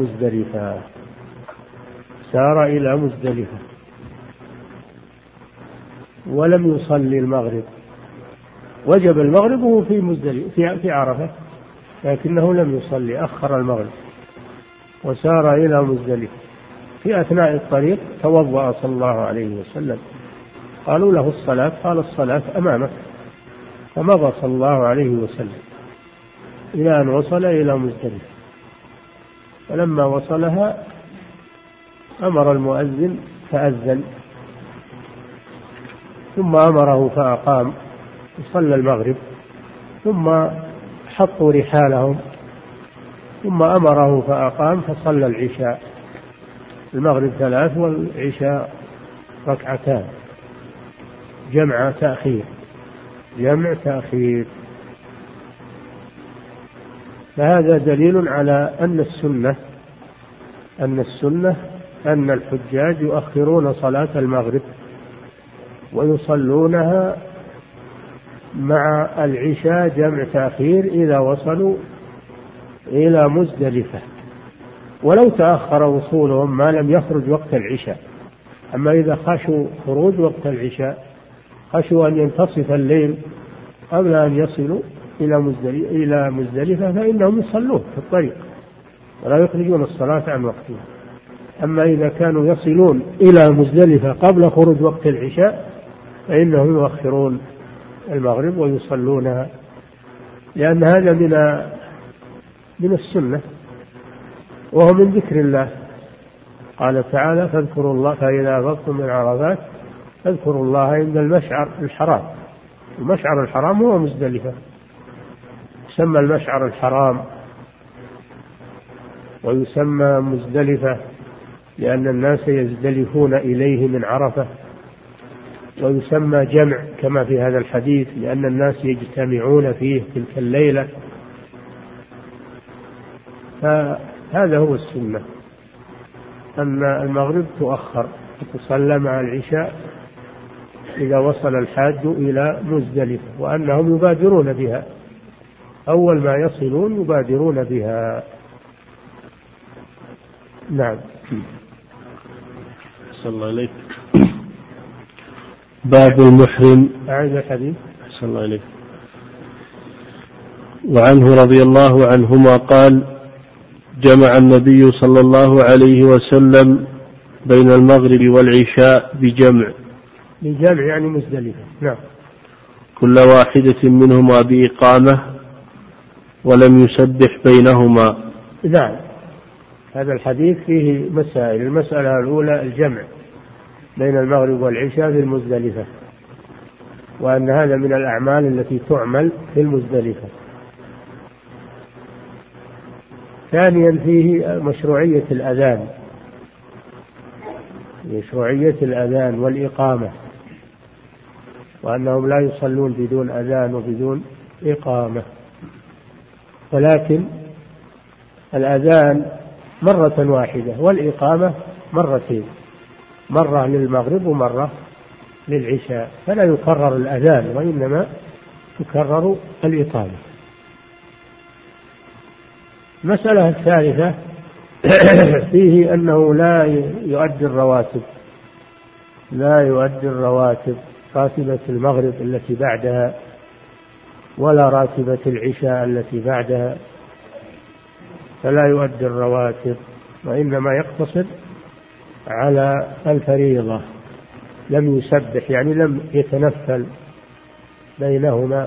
إلى مزدلفة ولم يصلي المغرب. وجب المغرب وهو في مزدلفة في عرفة لكنه لم يصلي، أخر المغرب وسار إلى مزدلفة. في أثناء الطريق توضأ صلى الله عليه وسلم، قالوا له الصلاة، قال الصلاة أمامك، فمضى صلى الله عليه وسلم إلى أن وصل إلى مزدلفة. فلما وصلها أمر المؤذن فأذن، ثم أمره فأقام وصلى المغرب، ثم حطوا رحالهم، ثم أمره فأقام فصلى العشاء. المغرب 3 والعشاء 2 جمع تأخير. فهذا دليل على أن السنة أن الحجاج يؤخرون صلاة المغرب ويصلونها مع العشاء جمع تأخير إذا وصلوا إلى مزدلفة، ولو تأخر وصولهم ما لم يخرج وقت العشاء. أما إذا خشوا خروج وقت العشاء، خشوا أن ينتصف الليل قبل أن يصلوا إلى مزدلفة فإنهم يصلون في الطريق ولا يخرجون الصلاة عن وقتها. أما إذا كانوا يصلون إلى مزدلفة قبل خروج وقت العشاء فإنهم يؤخرون المغرب ويصلونها، لأن هذا من السنة وهو من ذكر الله. قال تعالى: فاذكروا الله فإذا أفضتم من عرفات فاذكروا الله عند المشعر الحرام. المشعر الحرام هو مزدلفة، يسمى المشعر الحرام ويسمى مزدلفة لأن الناس يزدلفون إليه من عرفة، ويسمى جمع كما في هذا الحديث لأن الناس يجتمعون فيه تلك الليلة. فهذا هو السنة، أن المغرب تؤخر تصلى مع العشاء إذا وصل الحاج إلى مزدلفة، وأنهم يبادرون بها أول ما يصلون يبادرون بها. نعم. صلى الله عليه. باب المحرم. أعيد الحديث. صلى الله عليه. وعنه رضي الله عنهما قال: جمع النبي صلى الله عليه وسلم بين المغرب والعشاء بجمع يعني مزدلفة. نعم. كل واحدة منهما بإقامة ولم يسبح بينهما. نعم. هذا الحديث فيه مسائل. المسألة الأولى الجمع بين المغرب والعشاء في المزدلفة، وأن هذا من الأعمال التي تعمل في المزدلفة. ثانيا فيه مشروعية الأذان، مشروعية الأذان والإقامة، وأنهم لا يصلون بدون أذان وبدون إقامة، ولكن الأذان مرة واحدة والإقامة مرتين، مرة للمغرب ومرة للعشاء، فلا يكرر الأذان وإنما تكرر الإقامة. المسألة الثالثة فيه أنه لا يؤدي الرواتب، لا يؤدي الرواتب، راتبة المغرب التي بعدها ولا راتبة العشاء التي بعدها، فلا يؤدي الرواتب، وإنما يقتصر على الفريضة، لم يسبح يعني لم يتنفل بينهما.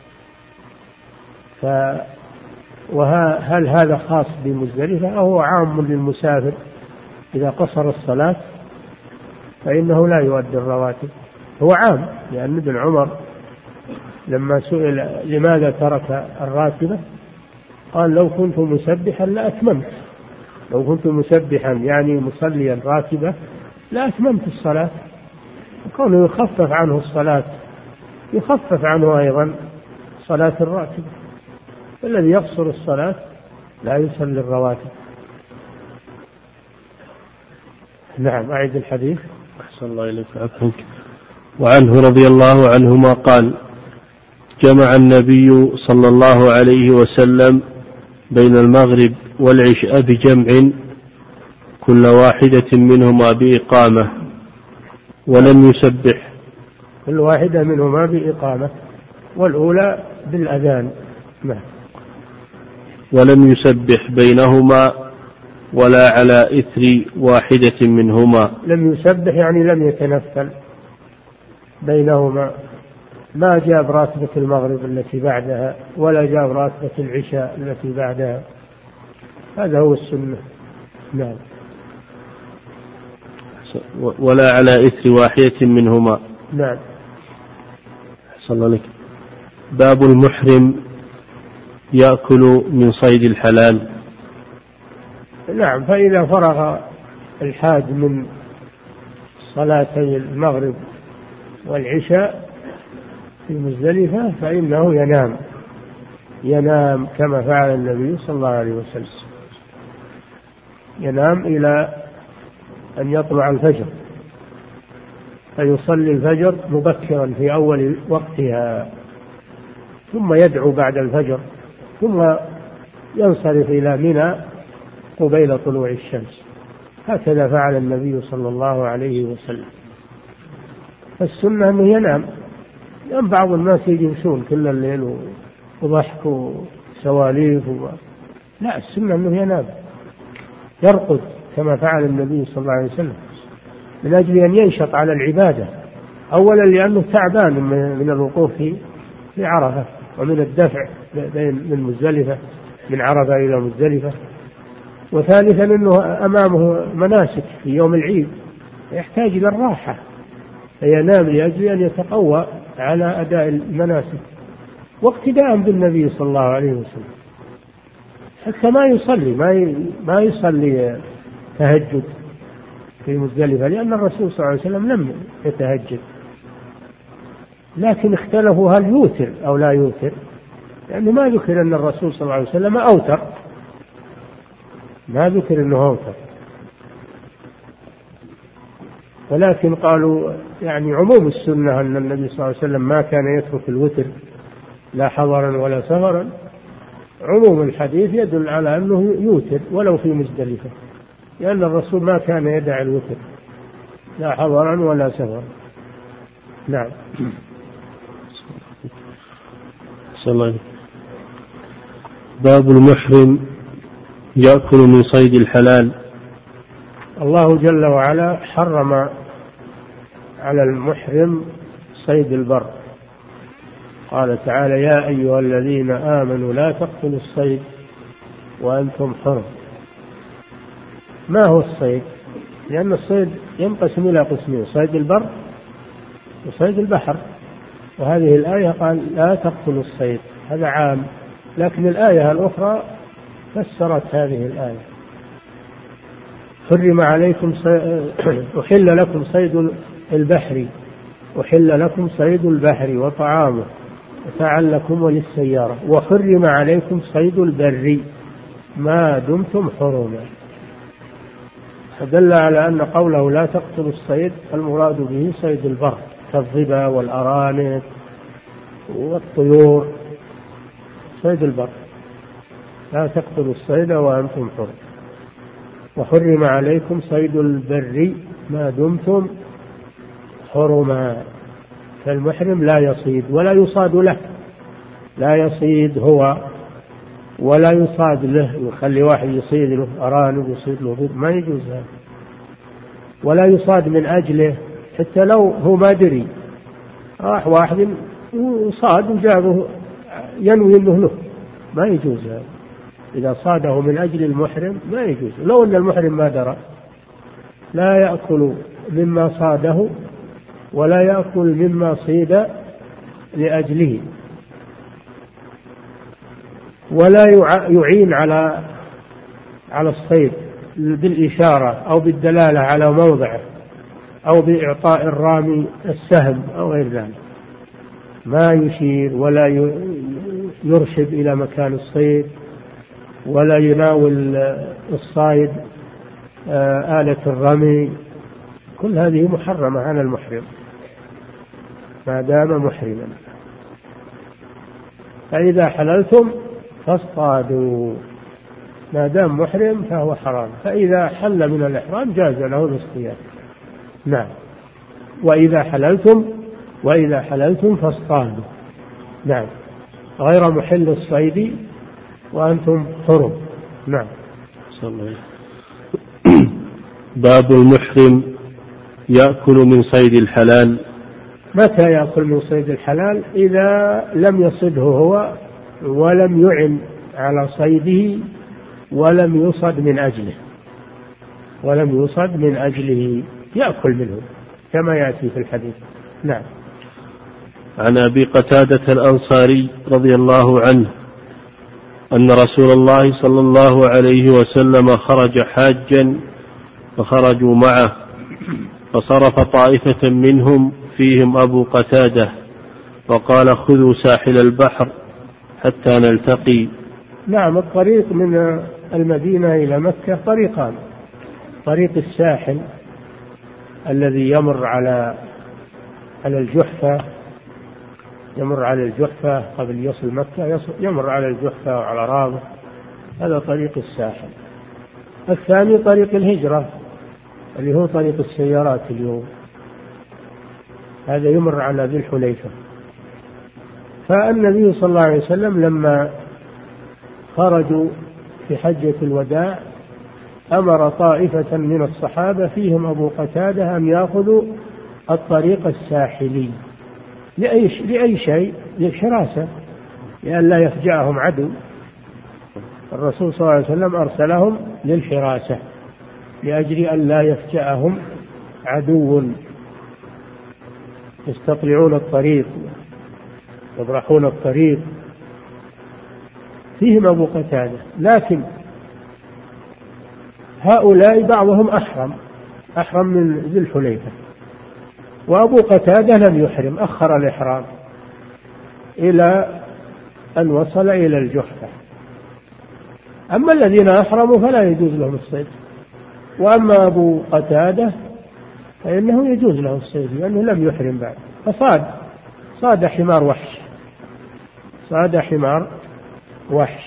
هل هذا خاص بمزدلفة أو هو عام للمسافر؟ إذا قصر الصلاة فإنه لا يؤدي الرواتب، هو عام، لأن ابن عمر لما سئل لماذا ترك الراتبة قال لو كنت مسبحا لأتممت، لو كنت مسبحا يعني مصليا راتبة لأتممت الصلاة، وكونه يخفف عنه الصلاة يخفف عنه أيضا صلاة الراتبة، الذي يقصر الصلاة لا يصلي الرواتب. نعم، أعد الحديث. أحسن الله إليك عفوك. وعنه رضي الله عنهما قال: جمع النبي صلى الله عليه وسلم بين المغرب والعشاء بجمع كل واحدة منهما بإقامة ولم يسبح، كل واحدة منهما بإقامة، والأولى بالأذان. ولم يسبح بينهما ولا على إثر واحدة منهما. لم يسبح يعني لم يتنفل بينهما، ما جاب راتبة المغرب التي بعدها ولا جاب راتبة العشاء التي بعدها، هذا هو السنة. نعم. ولا على إثر واحدة منهما. نعم. صلى الله عليه. باب المحرم يأكل من صيد الحلال. نعم، فإذا فرغ الحاج من صلاتي المغرب والعشاء في مزدلفة فإنه ينام كما فعل النبي صلى الله عليه وسلم، ينام إلى أن يطلع الفجر، فيصلي الفجر مبكرا في أول وقتها، ثم يدعو بعد الفجر، ثم ينصرف إلى منى قبيل طلوع الشمس، هكذا فعل النبي صلى الله عليه وسلم. فالسنة أنه ينام، لأن بعض الناس يجلسون كل الليل وضحك وسواليف لا، السنة أنه ينام يرقد كما فعل النبي صلى الله عليه وسلم، من أجل أن ينشط على العبادة، أولا لأنه تعبان من الوقوف في عرفة ومن الدفع من مزدلفة، من عرفة إلى مزدلفة، وثالثا أنه أمامه مناسك في يوم العيد يحتاج إلى الراحة، فينام لأجل أن يتقوى على أداء المناسك، واقتداء بالنبي صلى الله عليه وسلم، حتى ما يصلي تهجد في مزدلفة، لأن الرسول صلى الله عليه وسلم لم يتهجد، لكن اختلفوا هل يوتر أو لا يوتر، لأنه ما ذكر أن الرسول صلى الله عليه وسلم أوتر، ما ذكر أنه أوتر، ولكن قالوا يعني عموم السنة أن النبي صلى الله عليه وسلم ما كان يترك الوتر لا حضرا ولا سفرا، عموم الحديث يدل على أنه يوتر ولو في مزدلفة، لأن الرسول ما كان يدع الوتر لا حضرا ولا سفرا. نعم. باب المحرم يأكل من صيد الحلال. الله جل وعلا حرم على المحرم صيد البر، قال تعالى: يا أيها الذين آمنوا لا تقتلوا الصيد وأنتم حرم. ما هو الصيد؟ لأن الصيد ينقسم إلى قسمين: صيد البر وصيد البحر، وهذه الآية قال لا تقتلوا الصيد، هذا عام، لكن الآية الأخرى فسرت هذه الآية. حرم عليكم أحل لكم صيد البحر، أحل لكم صيد البحر وطعامه متاعا لكم وللسيارة، وحرم عليكم صيد البر ما دمتم حرما. فدل على أن قوله لا تقتلوا الصيد المراد به صيد البر كالظبا والأرانب والطيور، صيد البر، لا تقتلوا الصيد وأنتم حرم. وحرم عليكم صيد البر ما دمتم حرما، فالمحرم لا يصيد ولا يصاد له، لا يصيد هو ولا يصاد له، يخلي واحد يصيد له أرانب يصيد له، ما يجوز هذا. ولا يصاد من أجله، حتى لو هو ما دري، راح واحد وصاد وجابه ينوي أنه له، ما يجوز هذا. إذا صاده من أجل المحرم ما يجوز، لو أن المحرم ما درى. لا يأكل مما صاده ولا يأكل مما صيد لأجله، ولا يعين على الصيد بالإشارة أو بالدلالة على موضعه أو بإعطاء الرامي السهم أو غير ذلك. ما يشير ولا يرشد إلى مكان الصيد، ولا يناول الصائد آلة الرمي. كل هذه محرمة على المحرم ما دام محرما. فإذا حللتم فاصطادوا، ما دام محرم فهو حرام. فإذا حل من الإحرام جاز له الاصطياد. نعم. وإذا حللتم فاصطادوا، نعم، غير محل الصيد وأنتم حرم. نعم. باب المحرم يأكل من صيد الحلال. متى يأكل من صيد الحلال؟ إذا لم يصده هو ولم يعن على صيده ولم يصد من أجله يأكل منه كما يأتي في الحديث. نعم. عن أبي قتادة الأنصاري رضي الله عنه أن رسول الله صلى الله عليه وسلم خرج حاجا فخرجوا معه، فصرف طائفة منهم فيهم أبو قتادة وقال خذوا ساحل البحر حتى نلتقي. نعم. الطريق من المدينة إلى مكة طريقان: طريق الساحل الذي يمر على الجحفة، يمر على الجحفة قبل يصل مكة، يمر على الجحفة وعلى رابغ، هذا طريق الساحل. الثاني طريق الهجرة اللي هو طريق السيارات اليوم، هذا يمر على ذي الحليفة. فالنبي صلى الله عليه وسلم لما خرجوا في حجة الوداع أمر طائفة من الصحابة فيهم أبو قتادة أن يأخذوا الطريق الساحلي. لأي شيء؟ للحراسة، لأن لا يفجأهم عدو. الرسول صلى الله عليه وسلم أرسلهم للحراسة لأجل أن لا يفجأهم عدو يستطلعون الطريق يبرحون الطريق. فيهم أبو قتادة، لكن هؤلاء بعضهم أحرم من ذي الحليفة، وأبو قتادة لم يحرم، أخر الإحرام إلى أن وصل إلى الجحفة. أما الذين أحرموا فلا يجوز لهم الصيد، وأما أبو قتادة فإنه يجوز له الصيد لأنه لم يحرم بعد. فصاد حمار وحش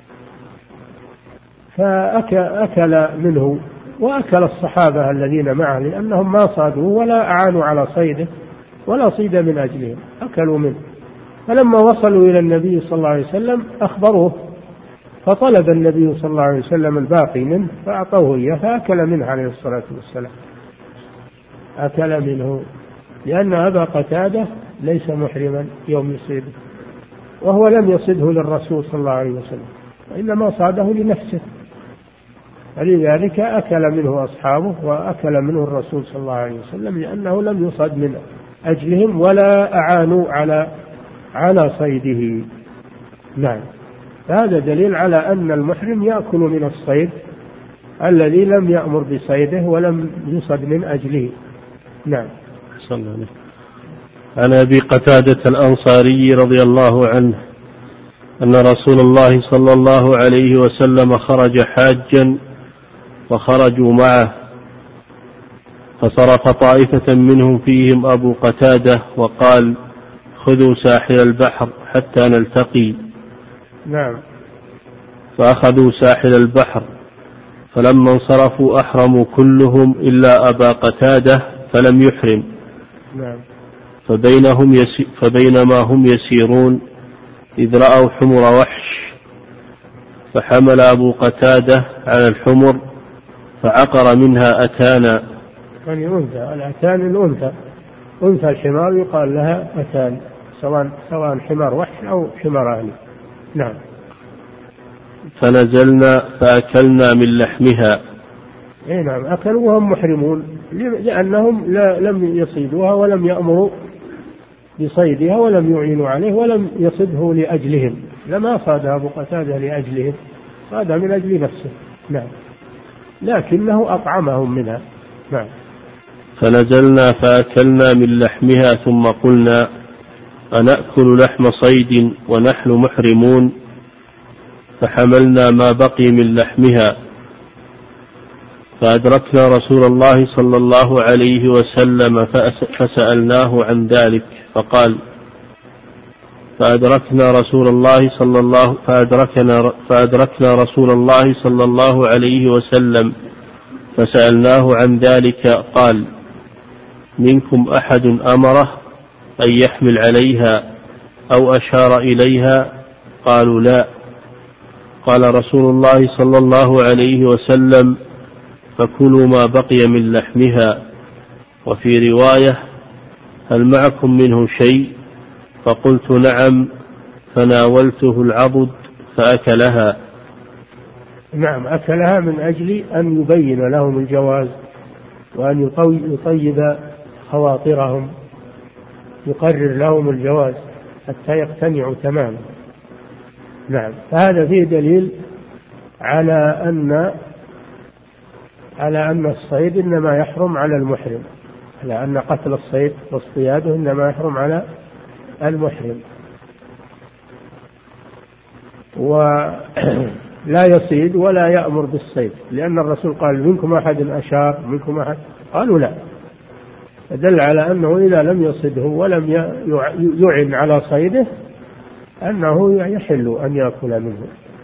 فأكل منه، وأكل الصحابة الذين معه لأنهم ما صادوه ولا أعانوا على صيده ولا صيد من أجلهم، أكلوا منه. فلما وصلوا إلى النبي صلى الله عليه وسلم أخبروه، فطلب النبي صلى الله عليه وسلم الباقي منه فأعطوه إياه، فأكل منه عليه الصلاة والسلام، أكل منه، لأن أبا قتادة ليس محرما يوم يصيده، وهو لم يصده للرسول صلى الله عليه وسلم، وإنما صاده لنفسه، فلذلك أكل منه أصحابه وأكل منه الرسول صلى الله عليه وسلم، لأنه لم يصد من أجلهم ولا أعانوا على صيده. نعم. فهذا دليل على أن المحرم يأكل من الصيد الذي لم يأمر بصيده ولم يصد من أجله. نعم. صلى الله عليه. عن أبي قتادة الأنصاري رضي الله عنه أن رسول الله صلى الله عليه وسلم خرج حاجا وخرجوا معه، فصرف طائفة منهم فيهم أبو قتادة وقال: خذوا ساحل البحر حتى نلتقي. نعم. فأخذوا ساحل البحر، فلما انصرفوا أحرموا كلهم إلا أبا قتادة فلم يحرم. نعم. فبينما هم يسيرون إذ رأوا حمر وحش، فحمل أبو قتادة على الحمر فعقر منها أتانا. يعني أنثى، الأتان الأنثى، أنثى الحمار يقال لها أتان، سواء حمار وحش أو حمار أهلي. نعم. فنزلنا فأكلنا من لحمها. اي نعم، أكلوا وهم محرمون، لأنهم لم يصيدوها ولم يأمروا بصيدها ولم يعينوا عليه ولم يصده لأجلهم. لما صادها أبو قتادة لأجلهم، صادها من أجل نفسه. نعم. لكنه أطعمهم منها. نعم. فنزلنا فأكلنا من لحمها ثم قلنا: أنأكل لحم صيد ونحن محرمون؟ فحملنا ما بقي من لحمها، فأدركنا رسول الله صلى الله عليه وسلم فسألناه عن ذلك، فقال: فأدركنا رسول الله صلى الله عليه وسلم فسألناه عن ذلك، قال: منكم أحد أمره أن يحمل عليها أو أشار إليها؟ قالوا: لا. قال رسول الله صلى الله عليه وسلم: فكلوا ما بقي من لحمها. وفي رواية: هل معكم منه شيء؟ فقلت: نعم. فناولته العضد فأكلها. نعم، أكلها من أجل أن يبين لهم الجواز وأن يطيب خواطرهم، يقرر لهم الجواز حتى يقتنعوا تماما. نعم. فهذا فيه دليل على أن الصيد إنما يحرم على المحرم، على أن قتل الصيد واصطياده إنما يحرم على المحرم، ولا يصيد ولا يأمر بالصيد، لأن الرسول قال: منكم أحد أشار؟ منكم أحد؟ قالوا: لا. فدل على أنه إذا لم يصده ولم يعن على صيده أنه يحل أن يأكل منه،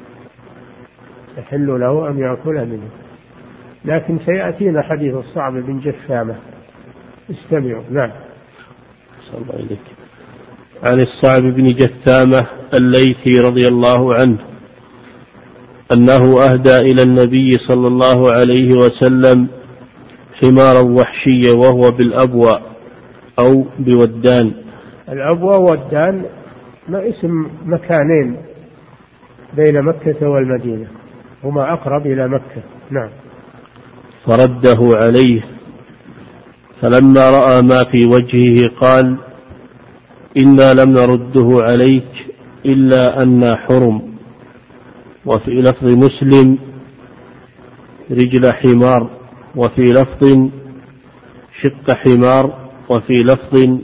يحل له أن يأكل منه. لكن سيأتينا حديث الصعب بن جثامة، استمعوا. نعم. صلى الله عليك. عن الصعب بن جثامة الليثي رضي الله عنه أنه أهدى إلى النبي صلى الله عليه وسلم حمارا وحشيا وهو بالأبوى أو بودان. الأبوى والدان ما اسم مكانين بين مكة والمدينة، هما أقرب إلى مكة. نعم. فرده عليه، فلما رأى ما في وجهه قال: إنا لم نرده عليك إلا أننا حرم. وفي لفظ مسلم: رجل حمار، وفي لفظ: شق حمار، وفي لفظ: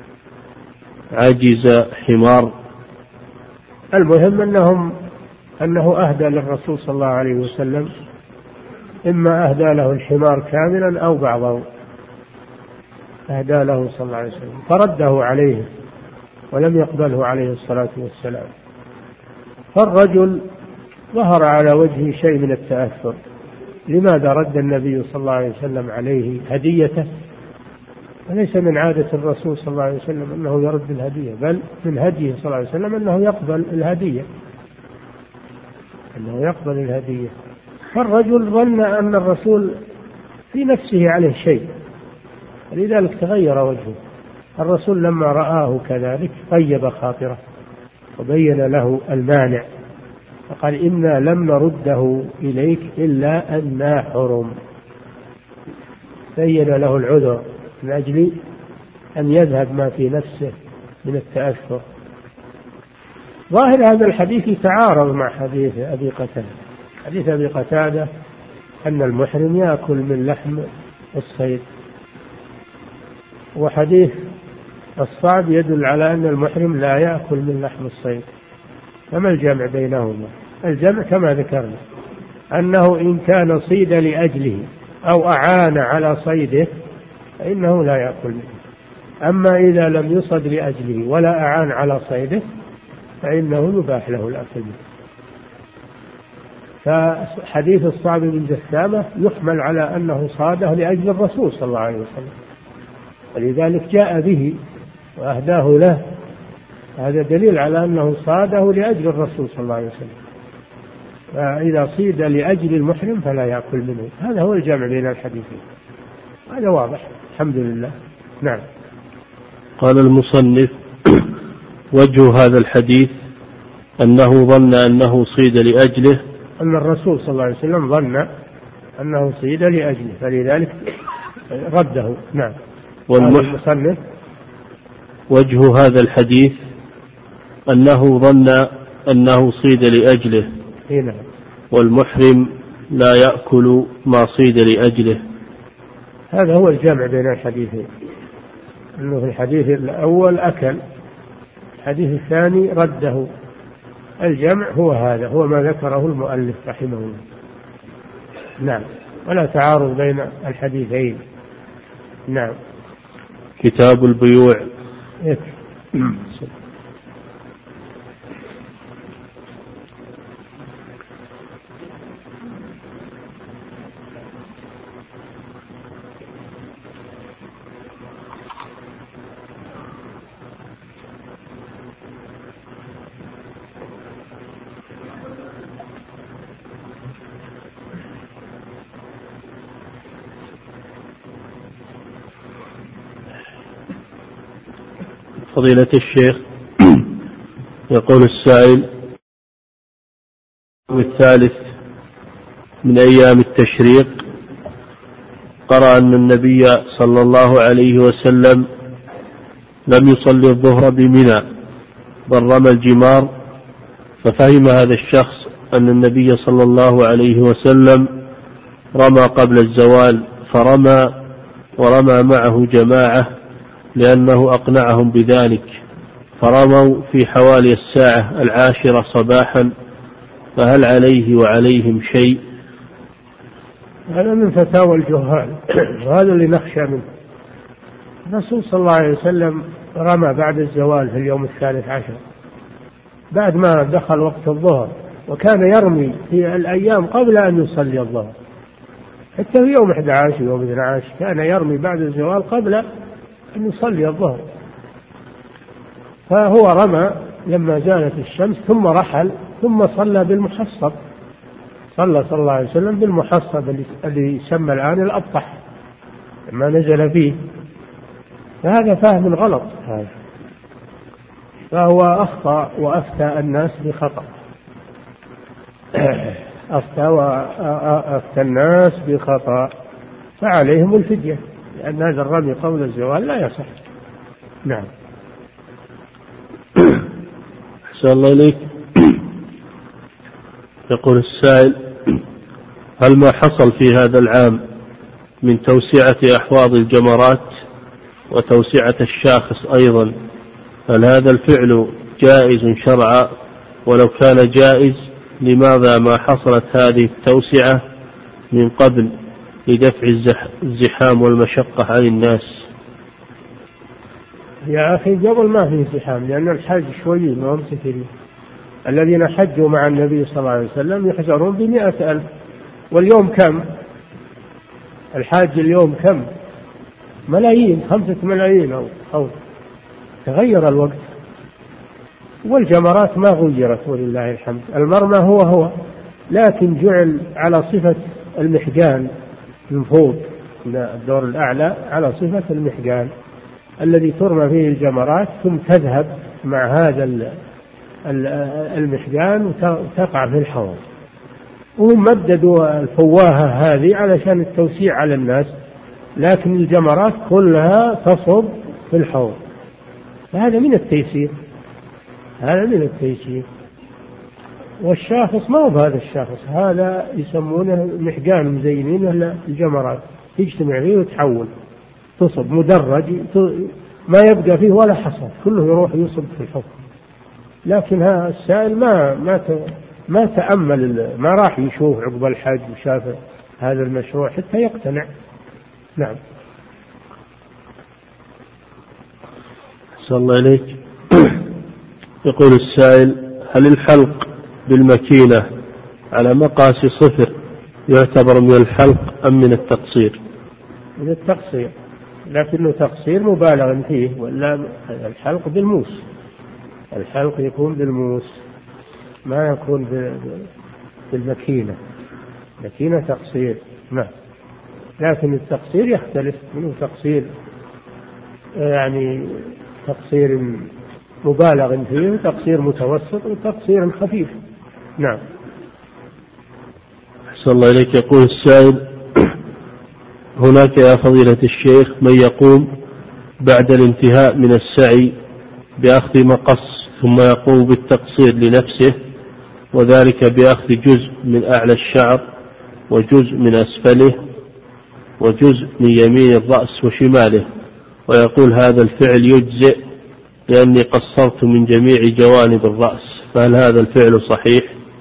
عجز حمار. المهم أنه أهدى للرسول صلى الله عليه وسلم، إما أهدى له الحمار كاملا أو بعضه، أهدى له صلى الله عليه وسلم، فرده عليه ولم يقبله عليه الصلاة والسلام. فالرجل ظهر على وجهه شيء من التأثر. لماذا رد النبي صلى الله عليه وسلم عليه هديته؟ وليس من عادة الرسول صلى الله عليه وسلم أنه يرد الهدية، بل من هديه صلى الله عليه وسلم أنه يقبل الهدية، فالرجل ظن أن الرسول في نفسه عليه شيء، لذلك تغير وجهه. الرسول لما رآه كذلك طيب خاطره وبين له المانع، فقال: إنا لم نرده إليك إلا أننا حرم. بين له العذر من أجل أن يذهب ما في نفسه من التأثر. ظاهر هذا الحديث يتعارض مع حديث أبي قتادة. حديث أبي قتادة أن المحرم يأكل من لحم الصيد، وحديث الصعب يدل على أن المحرم لا يأكل من لحم الصيد. فما الجمع بينهما؟ الجمع كما ذكرنا أنه إن كان صيد لأجله أو أعان على صيده فإنه لا يأكل منه. أما إذا لم يصد لأجله ولا أعان على صيده فإنه يباح له الأكل منه. فحديث الصعب بن جثامة يحمل على أنه صاده لأجل الرسول صلى الله عليه وسلم، ولذلك جاء به وأهداه له. هذا دليل على أنه صاده لأجل الرسول صلى الله عليه وسلم. فإذا صيد لأجل المحرم فلا يأكل منه. هذا هو الجمع بين الحديثين، هذا واضح الحمد لله. نعم. قال المصنف: وجه هذا الحديث أنه ظن أنه صيد لأجله، أن الرسول صلى الله عليه وسلم ظن أنه صيد لأجله فلذلك رده. نعم. والمصنف: وجه هذا الحديث أنه ظن أنه صيد لأجله، نعم. والمحرم لا يأكل ما صيد لأجله. هذا هو الجمع بين الحديثين، أنه في الحديث الأول أكل، الحديث الثاني رده. الجمع هو هذا، هو ما ذكره المؤلف رحمه الله. نعم. ولا تعارض بين الحديثين. نعم. كتاب البيوع. فضيلة الشيخ، يقول السائل: الثالث من أيام التشريق قرأ أن النبي صلى الله عليه وسلم لم يصلي الظهر بمنى بل رمى الجمار، ففهم هذا الشخص أن النبي صلى الله عليه وسلم رمى قبل الزوال فرمى ورمى معه جماعة لأنه أقنعهم بذلك، فرموا في حوالي 10:00 صباحا، فهل عليه وعليهم شيء؟ هذا من فتاوى الجهال، وهذا اللي نخشى منه. الرسول صلى الله عليه وسلم رمى بعد الزوال في اليوم 13 بعد ما دخل وقت الظهر، وكان يرمي في الأيام قبل أن يصلي الظهر، حتى في يوم 11 ويوم 12 كان يرمي بعد الزوال قبل أن يصلي الظهر. فهو رمى لما زالت الشمس ثم رحل ثم صلى بالمحصب، صلى الله عليه وسلم بالمحصب اللي يسمى الآن الأبطح لما نزل فيه. فهذا فهم غلط، هذا فهو أخطأ وأفتى الناس بخطأ، أفتى الناس بخطأ، فعليهم الفدية، لأن هذا الرمي قبل الزوال لا يصح. نعم. أحسن الله إليك. يقول السائل: هل ما حصل في هذا العام من توسعة أحواض الجمرات وتوسعة الشاخص أيضا، هل هذا الفعل جائز شرعا؟ ولو كان جائز لماذا ما حصلت هذه التوسعة من قبل لدفع الزحام والمشقة عن الناس؟ يا أخي قبل ما فيه زحام، لأن الحج شويين وهم كثيرين. الذين حجوا مع النبي صلى الله عليه وسلم يحجرون ب100,000، واليوم كم الحاج؟ اليوم كم؟ ملايين، 5 ملايين أو تغير الوقت. والجمرات ما غيرت ولله الحمد، المرمى هو لكن جعل على صفة المحجان من فوق الدور الأعلى، على صفة المحجان الذي ترمى فيه الجمرات ثم تذهب مع هذا المحجان وتقع في الحوض. وهم مددوا الفواهة هذه علشان التوسيع على الناس، لكن الجمرات كلها تصب في الحوض، فهذا من التيسير. هذا من التيسير. والشاخص ما هو بهذا الشاخص، هذا يسمونه محجان مزينين الجمرات، تجتمع فيه وتحول تصب مدرج ما يبقى فيه ولا حصى، كله يروح يصب في الحكم. لكن هذا السائل ما تأمل، ما راح يشوف عقب الحج وشاف هذا المشروع حتى يقتنع. نعم. صلى الله عليك. يقول السائل: هل الحلق بالمكينة على مقاس 0 يعتبر من الحلق أم من التقصير؟ من التقصير، لكنه تقصير مبالغ فيه، ولا الحلق بالموس، الحلق يكون بالموس ما يكون بالمكينة، مكينة تقصير. نعم. لكن التقصير يختلف، منه تقصير يعني تقصير مبالغ فيه، وتقصير متوسط، وتقصير خفيف. نعم. أحسن الله إليك. يقول السائل: هناك يا فضيلة الشيخ من يقوم بعد الانتهاء من السعي بأخذ مقص ثم يقوم بالتقصير لنفسه، وذلك بأخذ جزء من أعلى الشعر وجزء من أسفله وجزء من يمين الرأس وشماله، ويقول هذا الفعل يجزئ لأني قصرت من جميع جوانب الرأس، فهل هذا الفعل صحيح؟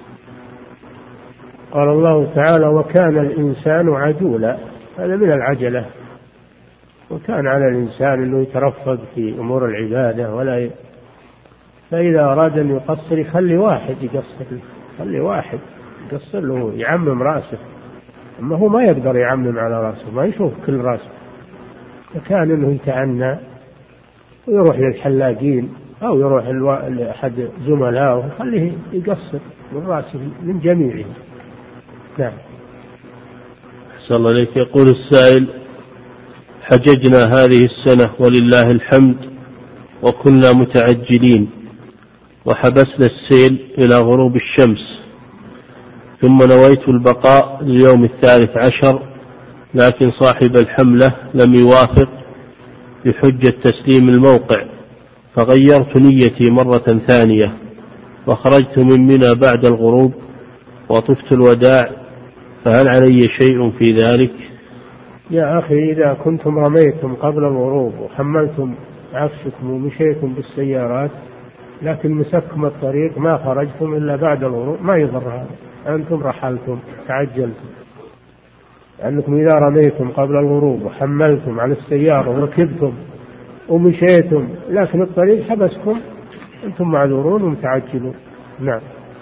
قال الله تعالى: وكان الإنسان عجولا، هذا من العجلة، وكان على الإنسان أنه يترفق في أمور العبادة، فإذا أراد أن يقصر يخلي واحد يقصر، يخلي واحد يقصر له يعمم رأسه، أما هو ما يقدر يعمم على رأسه، ما يشوف كل رأسه، فكان أنه يتعنى ويروح للحلاقين أو يروح لأحد زملائه ويخليه يقصر من رأسه من جميعه. نعم. أحسن الله عليك. يقول السائل: حججنا هذه السنة ولله الحمد وكنا متعجلين، وحبسنا السيل إلى غروب الشمس، ثم نويت البقاء لليوم 13، لكن صاحب الحملة لم يوافق بحجة تسليم الموقع، فغيرت نيتي مرة ثانية وخرجت من منى بعد الغروب وطفت الوداع، فهل علي شيء في ذلك؟ يا أخي، إذا كنتم رميتم قبل الغروب وحملتم عفشكم ومشيتم بالسيارات لكن مسكم الطريق ما خرجتم إلا بعد الغروب ما يضر هذا، أنتم رحلتم تعجلتم، لأنكم إذا رميتم قبل الغروب وحملتم على السيارة وركبتم ومشيتم لكن الطريق حبسكم أنتم معذورون ومتعجلون. نعم.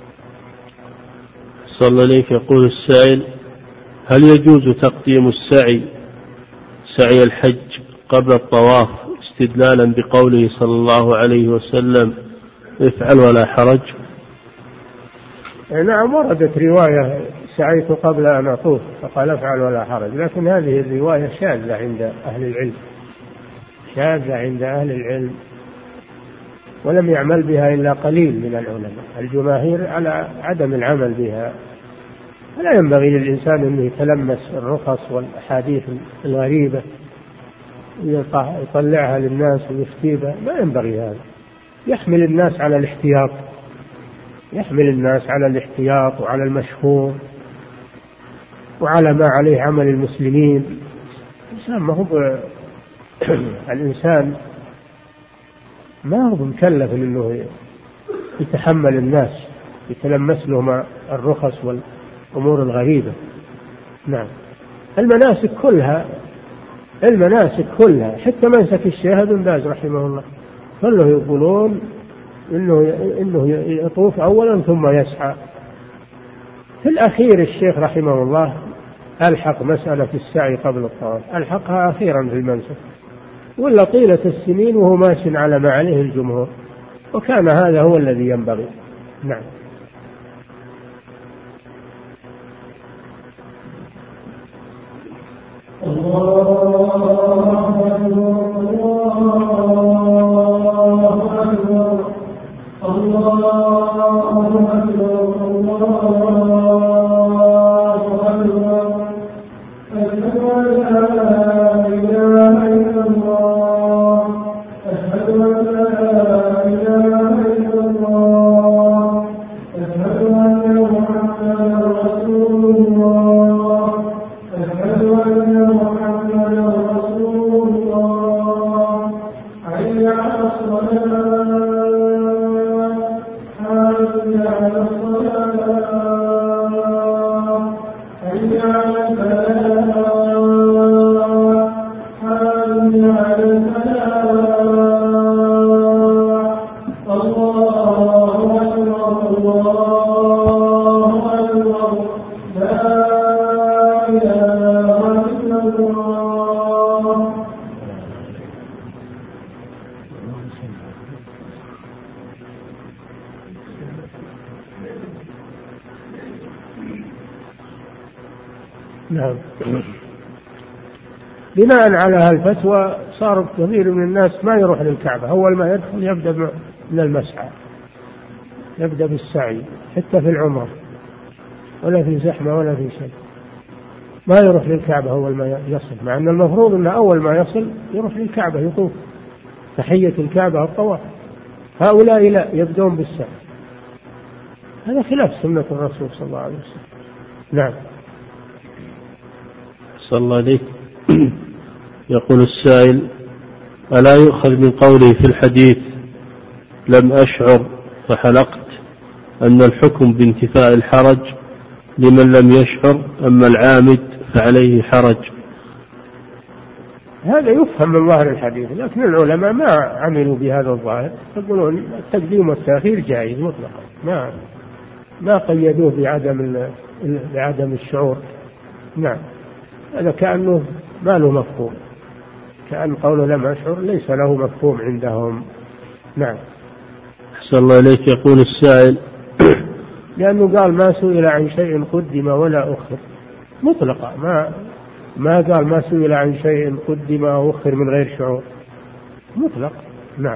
صلى الله عليك. يقول السائل: هل يجوز تقديم سعي الحج قبل الطواف استدلالا بقوله صلى الله عليه وسلم: افعل ولا حرج؟ نعم، وردت رواية: سعيت قبل أن أطوف فقال افعل ولا حرج، لكن هذه الرواية شاذة عند أهل العلم، شاذة عند أهل العلم، ولم يعمل بها إلا قليل من العلماء، الجماهير على عدم العمل بها. فلا ينبغي للإنسان أن يتلمس الرخص والأحاديث الغريبة يطلعها للناس ويفتي بها، ما ينبغي هذا. يحمل الناس على الاحتياط، يحمل الناس على الاحتياط وعلى المشهور وعلى ما عليه عمل المسلمين. الإنسان ما هو مكلف أنه يتحمل الناس يتلمس لهم الرخص والأمور الغريبة. نعم. المناسك كلها حتى منسك الشيخ ابن باز رحمه الله كله يقولون إنه يطوف أولا ثم يسعى. في الأخير الشيخ رحمه الله ألحق مسألة السعي قبل الطواف، ألحقها أخيرا في المنسك، ولا طيلة السنين وهو ماشي على ما عليه الجمهور، وكان هذا هو الذي ينبغي. نعم. حي على الصلاة حي على الصلاة حي على الفلاح حي على الفلاح الله أكبر الله أكبر لا إله إلا الله. نعم. بناء على هالفتوى صار كثير من الناس ما يروح للكعبة، أول ما يدخل يبدأ من المسعى، يبدأ بالسعي حتى في العمرة، ولا في زحمة ولا في شيء، ما يروح للكعبة أول ما يصل، مع أن المفروض أنه أول ما يصل يروح للكعبة يطوف تحية الكعبة الطواف. هؤلاء لا، يبدون بالسعي. هذا خلاف سنة الرسول صلى الله عليه وسلم. نعم. صلى الله عليه. يقول السائل: ألا يؤخذ من قوله في الحديث لم أشعر فحلقت أن الحكم بانتفاء الحرج لمن لم يشعر، أما العامد فعليه حرج؟ هذا يفهم من ظاهر الحديث، لكن العلماء ما عملوا بهذا الظاهر، يقولون التقديم والتأخير جائز مطلقا، ما قيدوه بعدم الشعور. نعم. هذا كأنه ما له مفهوم، كأن قوله لم أشعر ليس له مفهوم عندهم. نعم. أحسن الله إليك. يقول السائل: لأنه قال ما سئل عن شيء قدم ولا أخر مطلقا، ما قال ما سئل عن شيء قدم أو أخر من غير شعور، مطلق. نعم.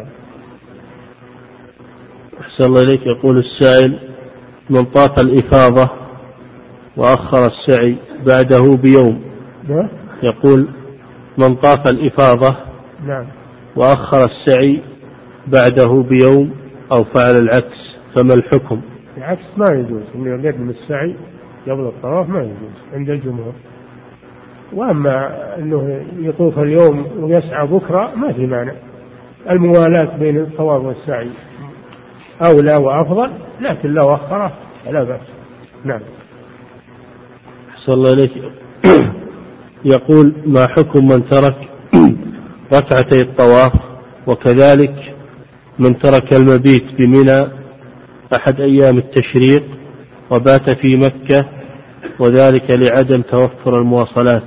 أحسن الله إليك. يقول السائل: من طاف الإفاضة وأخر السعي بعده بيوم. يقول: من طاف الإفاضة نعم وأخر السعي بعده بيوم أو فعل العكس فما الحكم؟ العكس ما يجوز، إنه يقدم السعي قبل الطواف ما يجوز عند الجمهور. وأما أنه يطوف اليوم ويسعى بكرة ما في معنى، الموالاة بين الطواف والسعي أولى وأفضل، لكن لو أخره فلا بأس. نعم. أحسن الله إليك. يقول: ما حكم من ترك ركعتي الطواف وكذلك من ترك المبيت بمنى أحد أيام التشريق وبات في مكة وذلك لعدم توفر المواصلات؟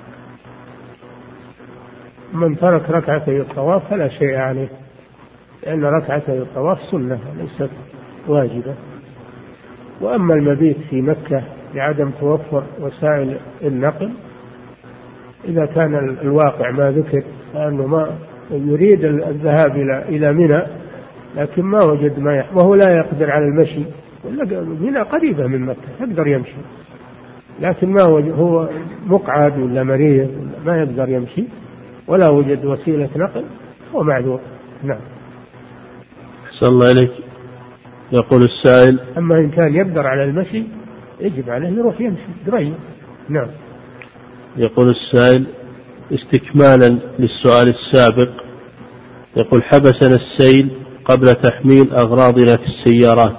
من ترك ركعتي الطواف فلا شيء عليه، لأن ركعتي الطواف سنة ليست واجبة. وأما المبيت في مكة لعدم توفر وسائل النقل، إذا كان الواقع ما ذكر أنه ما يريد الذهاب إلى منى لكن ما وجد ما وهو لا يقدر على المشي، منى قريبة من مكة يقدر يمشي، لكن ما وجد، هو مقعد ولا مريض ما يقدر يمشي ولا وجد وسيلة نقل، هو معذور. نعم. أحسن الله إليك. يقول السائل: أما إن كان يقدر على المشي يجب عليه يروح يمشي قريب. نعم. يقول السائل استكمالا للسؤال السابق، يقول: حبسنا السيل قبل تحميل أغراضنا في السيارات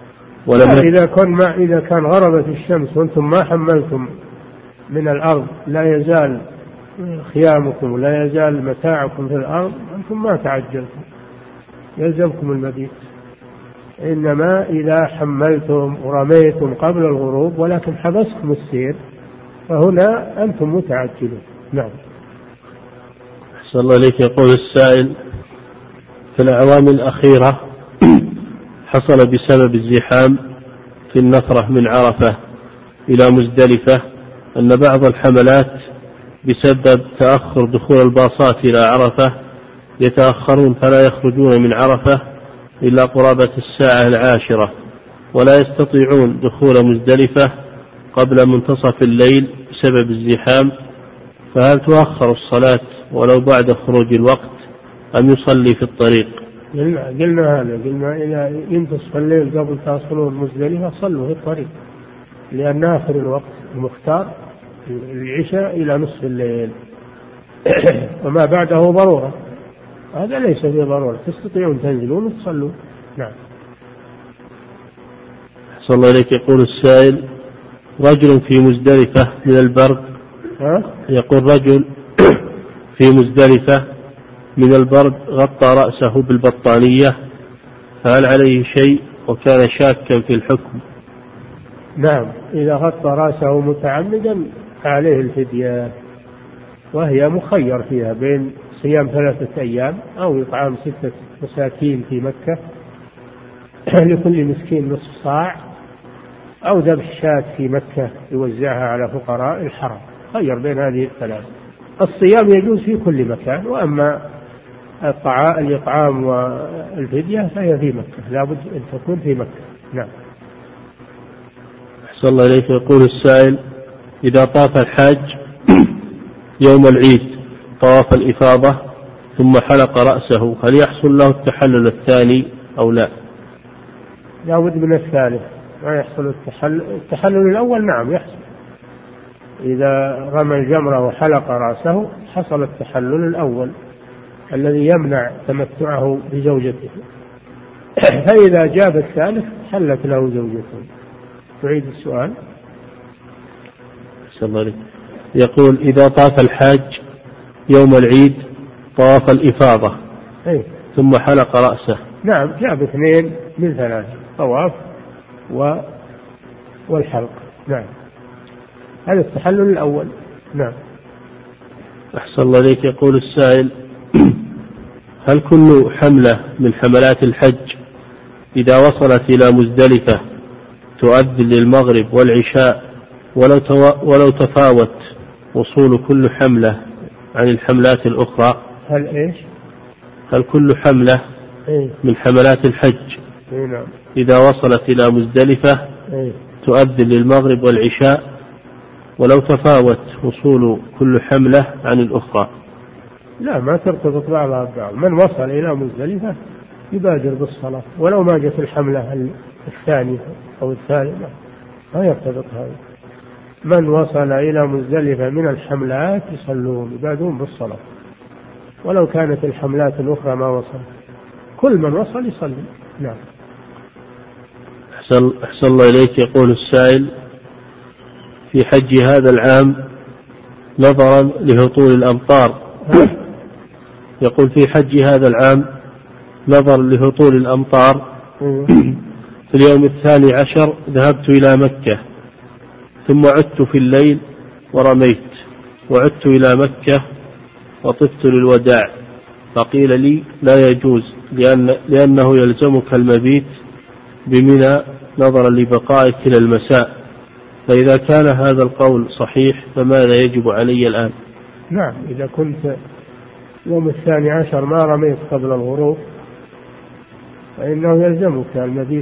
إذا كان غربت الشمس وأنتم ما حملتم من الأرض لا يزال خيامكم ولا يزال متاعكم في الأرض، أنتم ما تعجلتم يلزمكم المبيت. إنما إذا حملتم ورميتم قبل الغروب ولكن حبسكم السير فهنا أنتم متعجلون. نعم. أحسن الله إليك. يقول السائل: في الأعوام الأخيرة حصل بسبب الزحام في النفرة من عرفة إلى مزدلفة أن بعض الحملات بسبب تأخر دخول الباصات إلى عرفة يتأخرون فلا يخرجون من عرفة إلا قرابة 10:10 ولا يستطيعون دخول مزدلفة قبل منتصف الليل بسبب الزحام، فهل تؤخر الصلاة ولو بعد خروج الوقت أم يصلي في الطريق؟ قلنا هذا، قلنا إذا ينتصف الليل قبل تصلوا مزدلفة صلوا في الطريق، لأن آخر الوقت المختار العشاء إلى نصف الليل وما بعده ضرورة. هذا ليس في ضرورة، تستطيعون تنزلون وتصلون. نعم. صلى الله عليك. يقول السائل: رجل في مزدلفة من البرد. يقول: رجل في مزدلفة من البرد غطى رأسه بالبطانية، فهل عليه شيء؟ وكان شاكا في الحكم. نعم، إذا غطى رأسه متعمدا عليه الفدية، وهي مخير فيها بين صيام 3 أيام أو إطعام 6 مساكين في مكة لكل مسكين نصف صاع، أو ذبح شاة في مكة يوزعها على فقراء الحرم. خير بين هذه الثلاث. الصيام يجوز في كل مكان، وأما الإطعام والفدية فهي في مكة، لا بد أن تكون في مكة. نعم. أحسن الله إليك. يقول السائل: إذا طاف الحاج يوم العيد طواف الإفاضة ثم حلق رأسه، هل يحصل له التحلل الثاني أو لا؟ لا بد من الثالث، ما يحصل التحلل الأول. نعم يحصل، إذا رمى الجمرة وحلق رأسه حصل التحلل الأول الذي يمنع تمتعه بزوجته. فإذا جاب الثالث حلت له زوجته. تعيد السؤال. يقول: إذا طاف الحاج يوم العيد طواف الإفاضة ثم حلق رأسه. نعم، جاب 2 من 3: طواف والحلق. نعم، هذا التحلل الأول. نعم. أحسن الله إليك. يقول السائل: هل كل حملة من حملات الحج إذا وصلت إلى مزدلفة تؤذن للمغرب والعشاء ولو تفاوت وصول كل حملة عن الحملات الأخرى؟ هل كل حملة من حملات الحج إذا وصلت إلى مزدلفة تؤذن للمغرب والعشاء ولو تفاوت وصول كل حملة عن الأخرى؟ لا، ما ترتبط بعضها ببعض. من وصل إلى مزدلفة يبادر بالصلاة ولو ما جت الحملة الثانية أو الثالثة، ما يرتبط هذا. من وصل إلى مزدلفة من الحملات يصلون، يبادرون بالصلاة ولو كانت الحملات الأخرى ما وصل. كل من وصل يصلي. نعم. أحسن الله إليك. يقول السائل: في حج هذا العام نظرا لهطول الأمطار، يقول: في حج هذا العام نظرا لهطول الأمطار في اليوم 12 ذهبت إلى مكة ثم عدت في الليل ورميت، وعدت إلى مكة وطفت للوداع، فقيل لي لا يجوز لأنه يلزمك المبيت بمنى نظرا لبقائك إلى المساء، فإذا كان هذا القول صحيح فماذا يجب علي الآن؟ نعم، إذا كنت يوم 12 ما رميت قبل الغروب فإنه يلزمك المبيت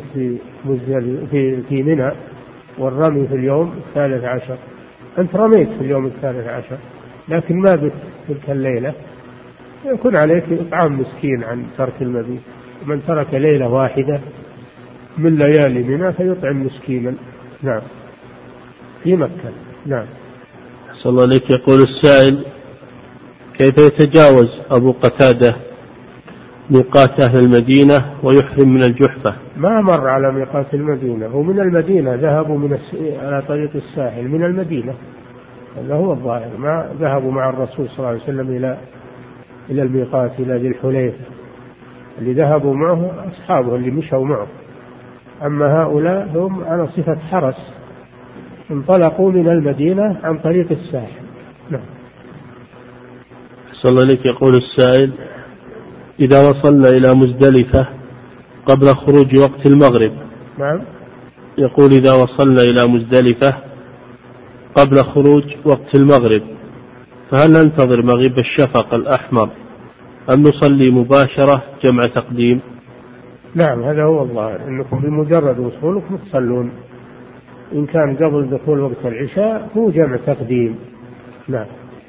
في منى والرمي في اليوم 13. أنت رميت في اليوم 13 لكن ما بت تلك الليلة، يكون عليك إطعام مسكين عن ترك المبيت. من ترك ليلة واحدة من ليالي منى فيطعم مسكينا. نعم، في مكة. نعم. صلى الله عليك. يقول السائل: كيف يتجاوز أبو قتادة ميقات أهل المدينة ويحرم من الجحفة؟ ما مر على ميقات المدينة، هو من المدينة، ذهبوا على طريق الساحل من المدينة، هذا هو الظاهر. ما ذهبوا مع الرسول صلى الله عليه وسلم إلى الميقات، إلى ذي الحليفة. اللي ذهبوا معه أصحابه اللي مشوا معه، أما هؤلاء هم على صفة حرس، انطلقوا من المدينة عن طريق الساحل. نعم. صلى الله عليك. يقول السائل: إذا وصلنا إلى مزدلفة قبل خروج وقت المغرب. نعم. يقول: إذا وصلنا إلى مزدلفة قبل خروج وقت المغرب فهل ننتظر مغيب الشفق الأحمر أم نصلي مباشرة جمع تقديم؟ نعم، هذا هو الظاهر، أنكم بمجرد وصولكم تصلون. إن كان قبل دخول وقت العشاء هو جمع تقديم. نعم،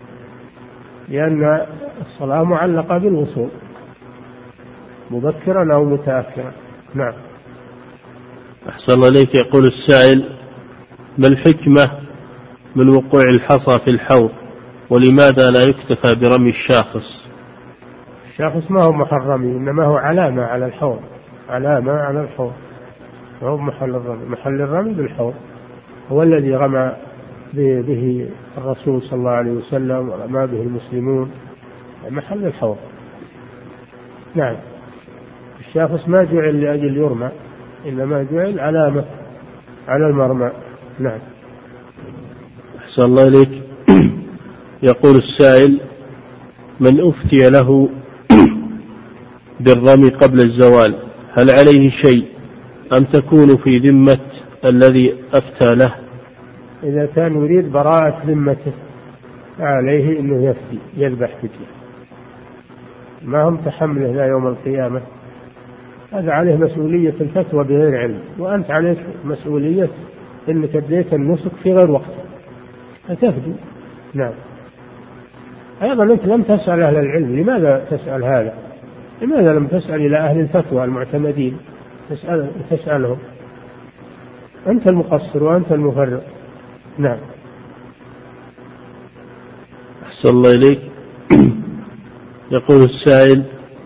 لأن الصلاة معلقة بالوصول مبكرا أو متأخرا. نعم. أحسن الله إليك. يقول السائل: ما الحكمة من وقوع الحصى في الحوض ولماذا لا يكتفى برمي الشاخص؟ الشخص ما هو محرمي، إنما هو علامة على الحوض، علامة على الحوض، هو محل الرمي. محل الرمي بالحوض هو الذي رمى به الرسول صلى الله عليه وسلم ورمى به المسلمون، محل الحوض. نعم. الشخص ما جعل لأجل يرمى، إنما جعل علامة على المرمى. نعم. أحسن الله إليك. يقول السائل: من أفتي له بالرمي قبل الزوال هل عليه شيء أم تكون في ذمة الذي أفتى له؟ إذا كان يريد براءة ذمته عليه أنه يفتي، يذبح فدية، ما هم تحمله لا يوم القيامة. هذا عليه مسؤولية الفتوى بغير علم، وأنت عليك مسؤولية أنك أديت النسك في غير وقته فتفدي. نعم. أيضا أنت لم تسأل أهل العلم، لماذا تسأل هذا؟ لماذا لم تسأل إلى أهل الفتوى المعتمدين تسألهم؟ أنت المقصر وأنت المفرط. نعم. أحسن الله إليك. يقول السائل: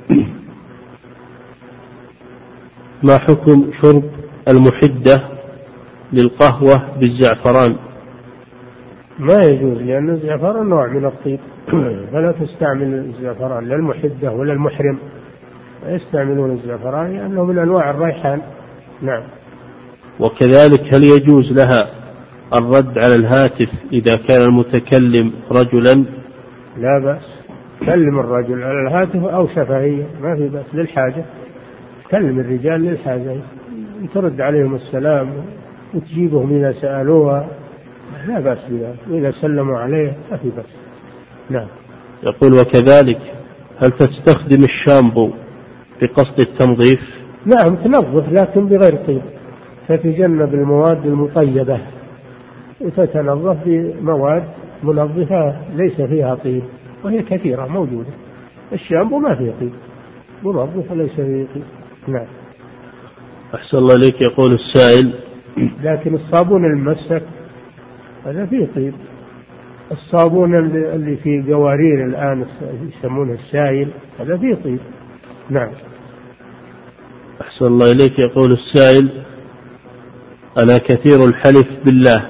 ما حكم شرب المحدة للقهوة بالزعفران؟ ما يجوز، لأن الزعفران نوع من الطيب، فلا تستعمل الزعفران، لا المحدة ولا المحرم يستعملون الزعفران لأنه من أنواع الريحان. نعم. وكذلك هل يجوز لها الرد على الهاتف إذا كان المتكلم رجلا؟ لا بأس، كلم الرجل على الهاتف أو شفهية، ما في بأس للحاجة، كلم الرجال للحاجة، ترد عليهم السلام وتجيبهم إذا سألوها، لا بأس بذلك، وإذا سلموا عليه ما في بأس. نعم. يقول: وكذلك هل تستخدم الشامبو بقصد التنظيف؟ نعم تنظف، لكن بغير طيب، تتجنب المواد المطيبة وتتنظف بمواد منظفة ليس فيها طيب، وهي كثيرة موجودة. الشامبو ما فيه طيب، منظف ليس فيه طيب. نعم. أحسن الله إليك. يقول السائل: لكن الصابون المسك هذا فيه طيب، الصابون اللي في قوارير الآن يسمونه السائل هذا فيه طيب. نعم. أحسن الله إليك. يقول السائل: أنا كثير الحلف بالله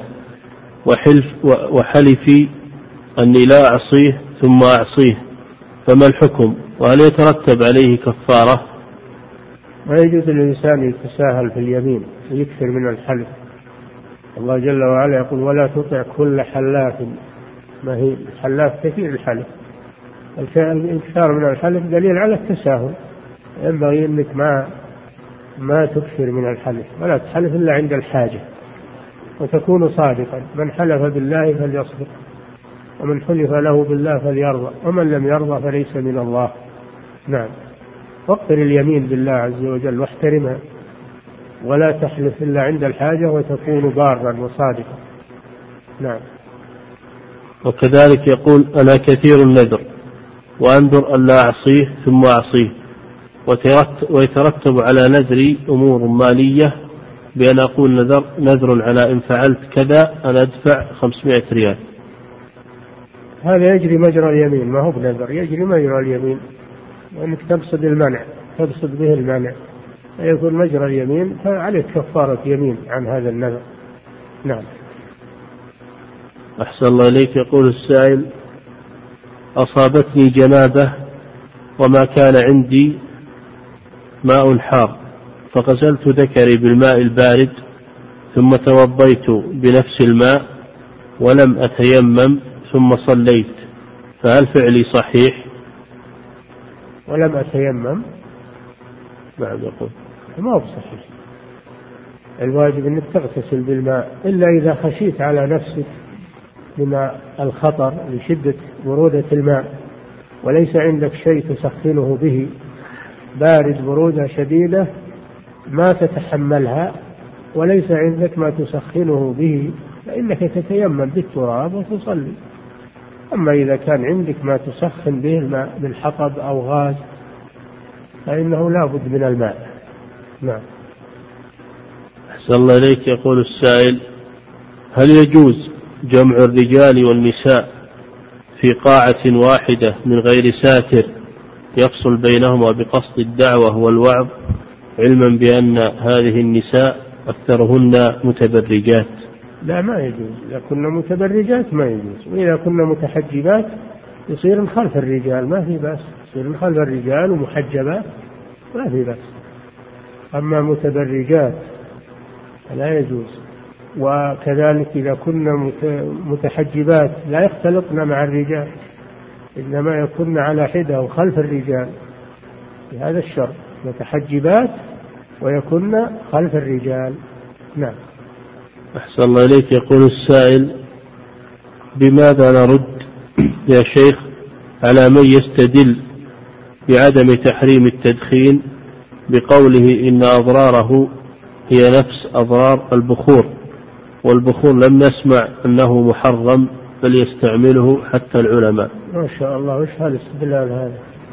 وحلفي أني لا أعصيه ثم أعصيه، فما الحكم؟ وهل يترتب عليه كفارة؟ ما يجوز للإنسان يتساهل في اليمين ويكثر من الحلف. الله جل وعلا يقول: ولا تطع كل حلاف مهين. الحلاف كثير الحلف، الإكثار من الحلف دليل على التساهل. ينبغي أنك ما تكثر من الحلف، ولا تحلف إلا عند الحاجة، وتكون صادقا. من حلف بالله فليصدق، ومن حلف له بالله فليرضى، ومن لم يرضى فليس من الله. نعم. وقر اليمين بالله عز وجل واحترمها، ولا تحلف إلا عند الحاجة، وتكون بارا وصادقا. نعم. وكذلك يقول: أنا كثير النذر وأنذر أن لا أعصيه ثم أعصيه، ويترتب على نذري أمور مالية، بأن أقول نذر على إن فعلت كذا أنا أدفع 500 ريال. هذا يجري مجرى اليمين، ما هو بنذر، يجري مجرى اليمين، وأنك تقصد المنع، تقصد به المنع، فيكون مجرى اليمين، فعليك كفارة يمين عن هذا النذر. نعم. أحسن الله إليك. يقول السائل: أصابتني جنابة وما كان عندي ماء حار، فغسلت ذكري بالماء البارد ثم توضيت بنفس الماء ولم أتيمم ثم صليت، فهل فعلي صحيح؟ ولم أتيمم، نعم. يقول ما هو صحيح. الواجب أنك تغتسل بالماء، إلا إذا خشيت على نفسك من الخطر لشدة برودة الماء، وليس عندك شيء تسخنه به، بارد برودة شديدة ما تتحملها، وليس عندك ما تسخنه به، فإنك تتيمم بالتراب وتصلي. أما إذا كان عندك ما تسخن به الماء من حطب أو غاز فإنه لا بد من الماء. نعم. أحسن الله إليك. يقول السائل: هل يجوز جمع الرجال والنساء في قاعة واحدة من غير ساتر يفصل بينهما بقصد الدعوة والوعظ، علما بأن هذه النساء أكثرهن متبرجات؟ لا، ما يجوز. إذا كنا متبرجات ما يجوز، وإذا كنا متحجبات يصير خلف الرجال ما في بأس، يصير خلف الرجال ومحجبات ما في بأس. أما متبرجات لا يجوز. وكذلك إذا كنا متحجبات لا يختلطن مع الرجال، إنما يكون على حدة وخلف الرجال، بهذا الشرط، متحجبات ويكون خلف الرجال. نعم. أحسن الله إليك. يقول السائل: بماذا نرد يا شيخ على من يستدل بعدم تحريم التدخين بقوله إن أضراره هي نفس أضرار البخور، والبخور لم نسمع أنه محرم بل يستعمله حتى العلماء؟ ما شاء الله، وش هالاستدلال هذا؟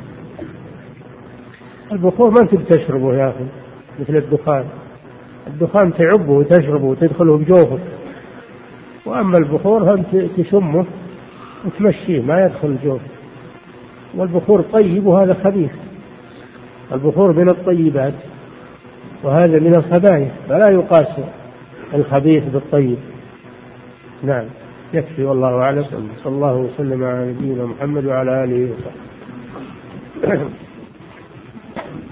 البخور ما أنت بتشربه يا أخي مثل الدخان. الدخان تعبه وتشربه وتدخله بجوفك، وأما البخور هم تشمه وتمشيه ما يدخل جوفك. والبخور طيب وهذا خبيث. البخور من الطيبات وهذا من الخبائث، فلا يقاس الخبيث بالطيب. نعم. يكفي، والله أعلم. صلى الله وسلم على نبينا محمد وعلى آله وصحبه.